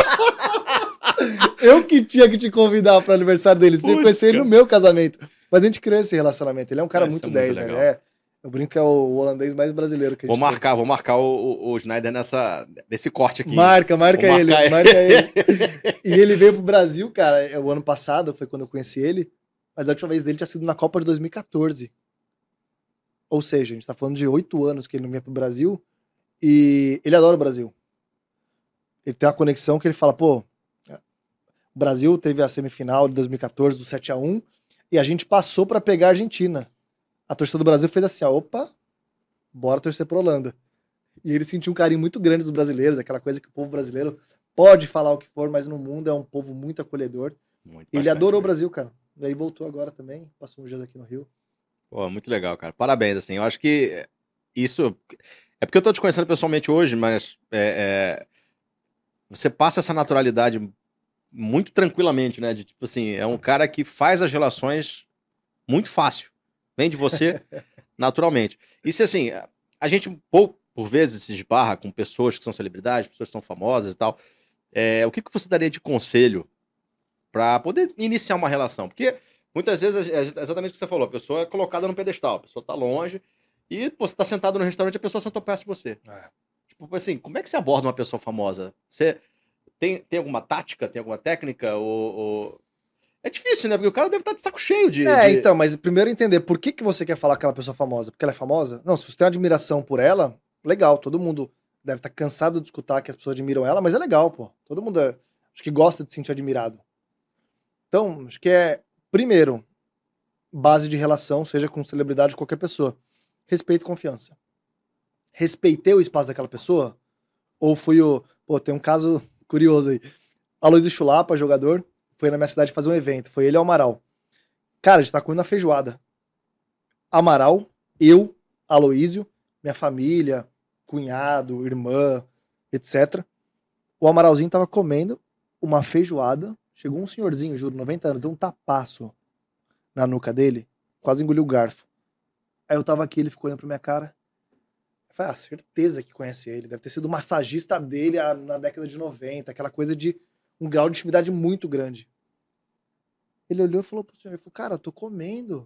Eu que tinha que te convidar para o aniversário dele. Você conheceu ele no meu casamento. Mas a gente criou esse relacionamento. Ele é um cara muito 10, velho. Eu brinco que é o holandês mais brasileiro que a gente tem. Vou marcar o Schneider nesse corte aqui. Marca ele. E ele veio pro Brasil, cara, o ano passado, foi quando eu conheci ele. Mas a última vez dele tinha sido na Copa de 2014. Ou seja, a gente tá falando de 8 anos que ele não vinha pro Brasil. E ele adora o Brasil. Ele tem uma conexão que ele fala, pô, o Brasil teve a semifinal de 2014 do 7-1 e a gente passou pra pegar a Argentina. A torcida do Brasil fez assim, ó, opa, bora torcer pra Holanda. E ele sentiu um carinho muito grande dos brasileiros, aquela coisa que o povo brasileiro pode falar o que for, mas no mundo é um povo muito acolhedor. Ele adorou o Brasil, cara. E aí voltou agora também, passou uns dias aqui no Rio. Pô, muito legal, cara. Parabéns, assim. Eu acho que isso... É porque eu tô te conhecendo pessoalmente hoje, mas você passa essa naturalidade muito tranquilamente, né? De tipo assim, é um cara que faz as relações muito fácil. Vem de você naturalmente. E se assim, a gente por vezes se esbarra com pessoas que são celebridades, pessoas que são famosas e tal. O que você daria de conselho para poder iniciar uma relação? Porque muitas vezes é exatamente o que você falou, a pessoa é colocada no pedestal, a pessoa tá longe e você tá sentado no restaurante e a pessoa sentou perto de você. Tipo assim, como é que você aborda uma pessoa famosa? Você tem alguma tática, tem alguma técnica? É difícil, né? Porque o cara deve estar de saco cheio de... Então, mas primeiro entender por que você quer falar com aquela pessoa famosa? Porque ela é famosa? Não, se você tem uma admiração por ela, legal, todo mundo deve estar cansado de escutar que as pessoas admiram ela, mas é legal, pô. Todo mundo acho que gosta de se sentir admirado. Então, acho que primeiro, base de relação, seja com celebridade ou qualquer pessoa. Respeito e confiança. Respeitei o espaço daquela pessoa? Ou fui Pô, tem um caso curioso aí. Aloysio Chulapa, jogador, foi na minha cidade fazer um evento. Foi ele e o Amaral. Cara, a gente tá comendo a feijoada. Amaral, eu, Aloysio, minha família, cunhado, irmã, etc. O Amaralzinho tava comendo uma feijoada. Chegou um senhorzinho, juro, 90 anos, deu um tapaço na nuca dele, quase engoliu o garfo. Aí eu tava aqui, ele ficou olhando pra minha cara. Eu falei, certeza que conhece ele. Deve ter sido o massagista dele na década de 90, aquela coisa de um grau de intimidade muito grande. Ele olhou e falou pro senhor, cara, eu tô comendo.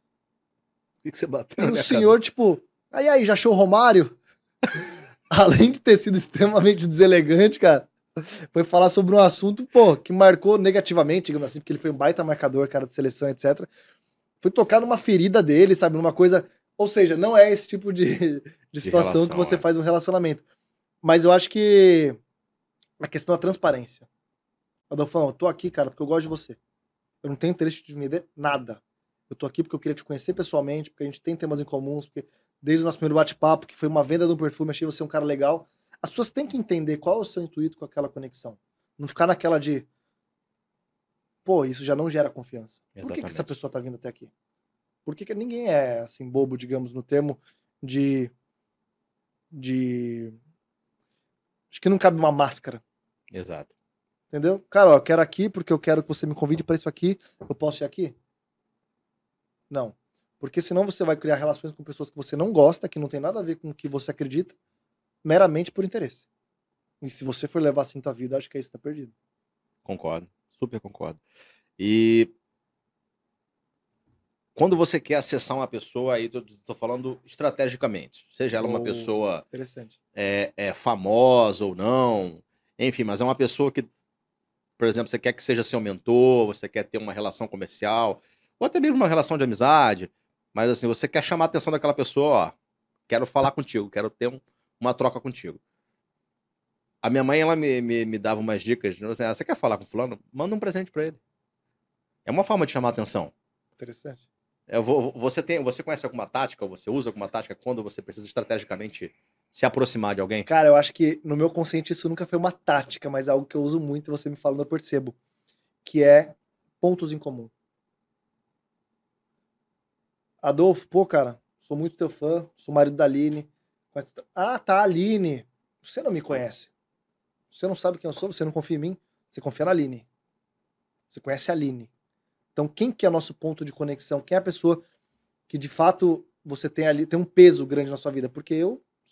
O que você bateu? E o senhor, tipo, aí, já achou o Romário? Além de ter sido extremamente deselegante, cara, foi falar sobre um assunto, pô, que marcou negativamente, digamos assim, porque ele foi um baita marcador, cara, de seleção, etc. Foi tocar numa ferida dele, sabe, numa coisa... Ou seja, não é esse tipo de situação relação, que você faz um relacionamento. Mas eu acho que a questão da transparência. Adolfão, eu tô aqui, cara, porque eu gosto de você. Eu não tenho interesse de vender nada. Eu tô aqui porque eu queria te conhecer pessoalmente, porque a gente tem temas em comuns, porque desde o nosso primeiro bate-papo, que foi uma venda de um perfume, achei você um cara legal. As pessoas têm que entender qual é o seu intuito com aquela conexão. Não ficar naquela de... Pô, isso já não gera confiança. Exatamente. Por que essa pessoa tá vindo até aqui? Por que ninguém é, assim, bobo, digamos, no termo de... Acho que não cabe uma máscara. Exato. Entendeu? Cara, ó, eu quero aqui porque eu quero que você me convide para isso aqui. Eu posso ir aqui? Não. Porque senão você vai criar relações com pessoas que você não gosta, que não tem nada a ver com o que você acredita, meramente por interesse. E se você for levar assim tua vida, acho que aí você tá perdido. Concordo. Super concordo. E quando você quer acessar uma pessoa, aí tô falando estrategicamente, seja ela uma pessoa famosa ou não, enfim, mas é uma pessoa que, por exemplo, você quer que seja seu mentor, você quer ter uma relação comercial, ou até mesmo uma relação de amizade, mas assim, você quer chamar a atenção daquela pessoa, ó, quero falar contigo, quero ter uma troca contigo. A minha mãe, ela me dava umas dicas, assim, você quer falar com fulano? Manda um presente pra ele. É uma forma de chamar a atenção. Interessante. Você conhece alguma tática, ou você usa alguma tática quando você precisa estrategicamente se aproximar de alguém? Cara, eu acho que no meu consciente isso nunca foi uma tática, mas é algo que eu uso muito e você me falando eu percebo. Que é pontos em comum. Adolfo, pô, cara, sou muito teu fã, sou marido da Aline. Ah, tá, Aline. Você não me conhece. Você não sabe quem eu sou, você não confia em mim. Você confia na Aline. Você conhece a Aline. Então, quem que é o nosso ponto de conexão? Quem é a pessoa que, de fato, você tem ali, tem um peso grande na sua vida? Porque eu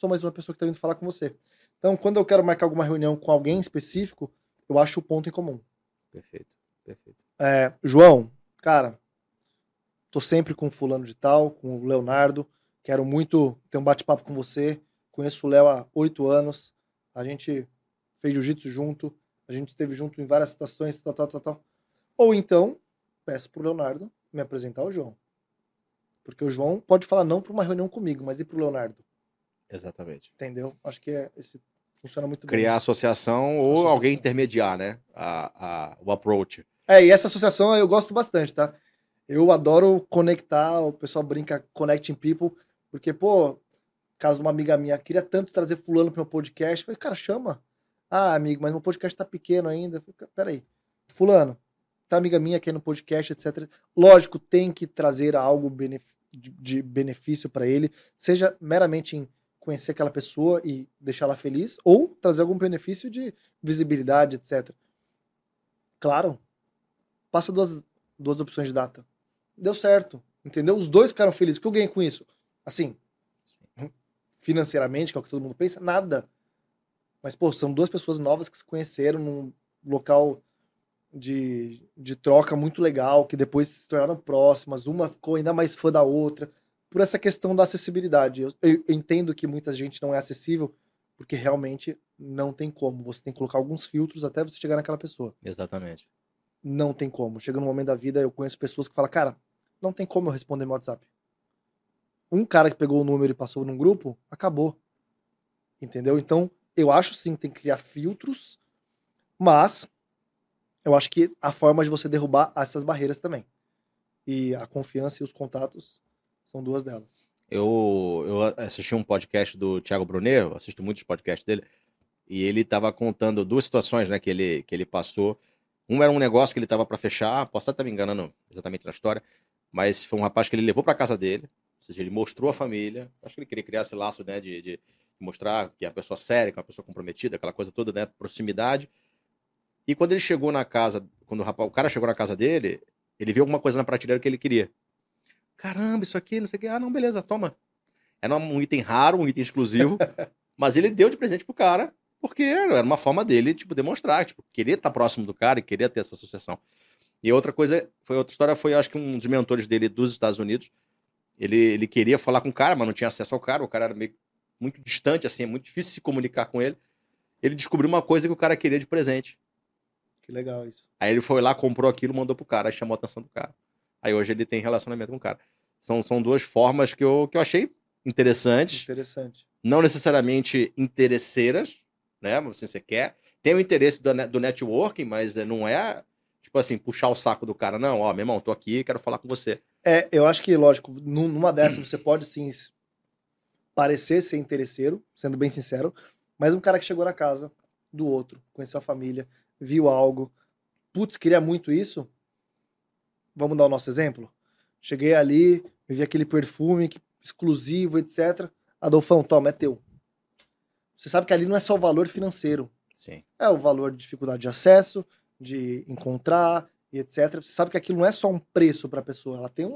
sou mais uma pessoa que tá vindo falar com você. Então, quando eu quero marcar alguma reunião com alguém específico, eu acho o ponto em comum. Perfeito, perfeito. João, cara, tô sempre com o fulano de tal, com o Leonardo, quero muito ter um bate-papo com você, conheço o Léo há 8 anos, a gente fez jiu-jitsu junto, a gente esteve junto em várias situações, tal. Ou então, peço pro Leonardo me apresentar ao João. Porque o João pode falar não para uma reunião comigo, mas e pro Leonardo? Exatamente. Entendeu? Acho que funciona muito bem. Criar isso. associação ou alguém intermediar, né? O approach. E essa associação eu gosto bastante, tá? Eu adoro conectar, o pessoal brinca connecting people, porque, pô, caso de uma amiga minha, queria tanto trazer fulano pro meu podcast, eu falei, cara, chama. Ah, amigo, mas meu podcast tá pequeno ainda. Eu falei, peraí, fulano, tá amiga minha aqui no podcast, etc. Lógico, tem que trazer algo de benefício para ele, seja meramente em conhecer aquela pessoa e deixá-la feliz, ou trazer algum benefício de visibilidade, etc. Claro, passa duas opções de data. Deu certo, entendeu? Os dois ficaram felizes. O que eu ganhei com isso? Assim, financeiramente, que é o que todo mundo pensa, nada. Mas, pô, são duas pessoas novas que se conheceram num local de troca muito legal, que depois se tornaram próximas, uma ficou ainda mais fã da outra, por essa questão da acessibilidade. Eu entendo que muita gente não é acessível, porque realmente não tem como. Você tem que colocar alguns filtros até você chegar naquela pessoa. Exatamente. Não tem como. Chega num momento da vida, eu conheço pessoas que falam, cara, não tem como eu responder meu WhatsApp. Um cara que pegou o número e passou num grupo, acabou. Entendeu? Então, eu acho sim que tem que criar filtros, mas eu acho que a forma de você derrubar essas barreiras também. E a confiança e os contatos são duas delas. Eu assisti um podcast do Thiago Brunet, eu assisto muitos podcasts dele, e ele estava contando duas situações, né, que ele passou. Um era um negócio que ele estava para fechar, posso estar me enganando exatamente na história, mas foi um rapaz que ele levou para casa dele, ou seja, ele mostrou a família, acho que ele queria criar esse laço, né, de mostrar que é uma pessoa séria, que é uma pessoa comprometida, aquela coisa toda, né, proximidade. E quando ele chegou na casa, quando o cara chegou na casa dele, ele viu alguma coisa na prateleira que ele queria. Caramba, isso aqui, não sei o que. Ah, não, beleza, toma. Era um item raro, um item exclusivo, mas ele deu de presente pro cara, porque era uma forma dele, tipo, demonstrar, tipo, querer estar próximo do cara e querer ter essa associação. E outra história foi, acho que um dos mentores dele dos Estados Unidos, ele queria falar com o cara, mas não tinha acesso ao cara, o cara era meio muito distante, assim, é muito difícil se comunicar com ele. Ele descobriu uma coisa que o cara queria de presente. Que legal isso. Aí ele foi lá, comprou aquilo, mandou pro cara, aí chamou a atenção do cara. Aí hoje ele tem relacionamento com o cara. São duas formas que eu achei interessantes. Interessante. Não necessariamente interesseiras, né? Assim, você quer. Tem o interesse do networking, mas não é, tipo assim, puxar o saco do cara. Não, ó, meu irmão, tô aqui, quero falar com você. Eu acho que, lógico, numa dessas você pode sim parecer ser interesseiro, sendo bem sincero, mas um cara que chegou na casa do outro, conheceu a família, viu algo, putz, queria muito isso. Vamos dar o nosso exemplo? Cheguei ali, vi aquele perfume exclusivo, etc. Adolfão, toma, é teu. Você sabe que ali não é só o valor financeiro. Sim. É o valor de dificuldade de acesso, de encontrar e etc. Você sabe que aquilo não é só um preço para a pessoa, ela tem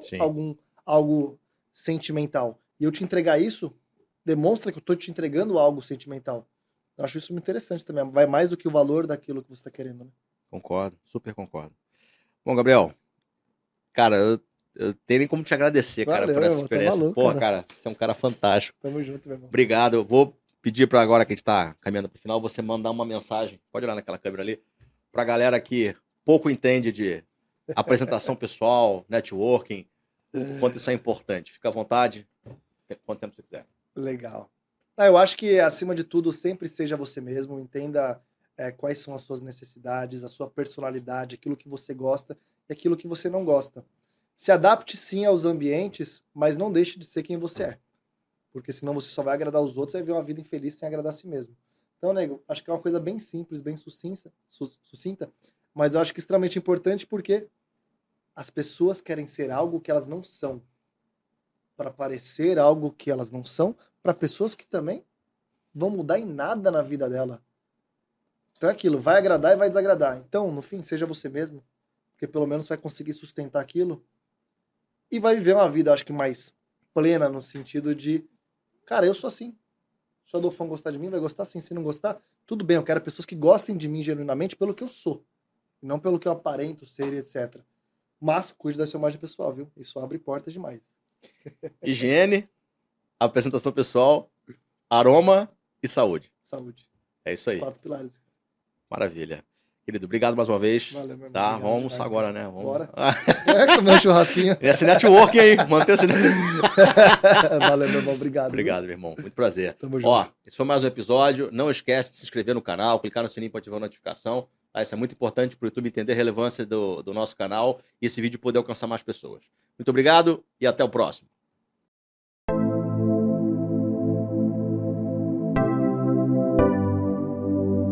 algo sentimental. E eu te entregar isso demonstra que eu estou te entregando algo sentimental. Eu acho isso muito interessante também. Vai mais do que o valor daquilo que você está querendo, né? Concordo, super concordo. Bom, Gabriel, cara, eu tenho nem como te agradecer, cara, por essa experiência. Maluco, Pô, cara, você é um cara fantástico. Tamo junto, meu irmão. Obrigado. Eu vou pedir para agora que a gente tá caminhando pro final, você mandar uma mensagem, pode olhar naquela câmera ali, pra galera que pouco entende de apresentação pessoal, networking, o quanto isso é importante. Fica à vontade, quanto tempo você quiser. Legal. Eu acho que, acima de tudo, sempre seja você mesmo, entenda quais são as suas necessidades, a sua personalidade, aquilo que você gosta e aquilo que você não gosta. Se adapte sim aos ambientes, mas não deixe de ser quem você é. Porque senão você só vai agradar os outros e vai viver uma vida infeliz sem agradar a si mesmo. Então, nego, acho que é uma coisa bem simples, bem sucinta, mas eu acho que é extremamente importante porque as pessoas querem ser algo que elas não são. Para parecer algo que elas não são, para pessoas que também vão mudar em nada na vida dela. Então é aquilo, vai agradar e vai desagradar. Então, no fim, seja você mesmo, porque pelo menos vai conseguir sustentar aquilo e vai viver uma vida, acho que mais plena no sentido de, cara, eu sou assim. Se o Adolfão gostar de mim, vai gostar sim. Se não gostar, tudo bem. Eu quero pessoas que gostem de mim genuinamente pelo que eu sou. Não pelo que eu aparento ser e etc. Mas cuide da sua imagem pessoal, viu? Isso abre portas demais. Higiene, apresentação pessoal, aroma e saúde. Saúde. É isso aí. Os 4 pilares. Maravilha. Querido, obrigado mais uma vez. Valeu, meu irmão. Tá, Obrigado vamos almoçar demais, agora, cara. né? Vamos... Bora. Comer um churrasquinho. Esse network aí, manter esse Valeu, meu irmão. Obrigado. Obrigado, meu irmão. Muito prazer. Tamo junto. Ó, esse foi mais um episódio. Não esquece de se inscrever no canal, clicar no sininho para ativar a notificação. Tá? Isso é muito importante para o YouTube entender a relevância do nosso canal e esse vídeo poder alcançar mais pessoas. Muito obrigado e até o próximo.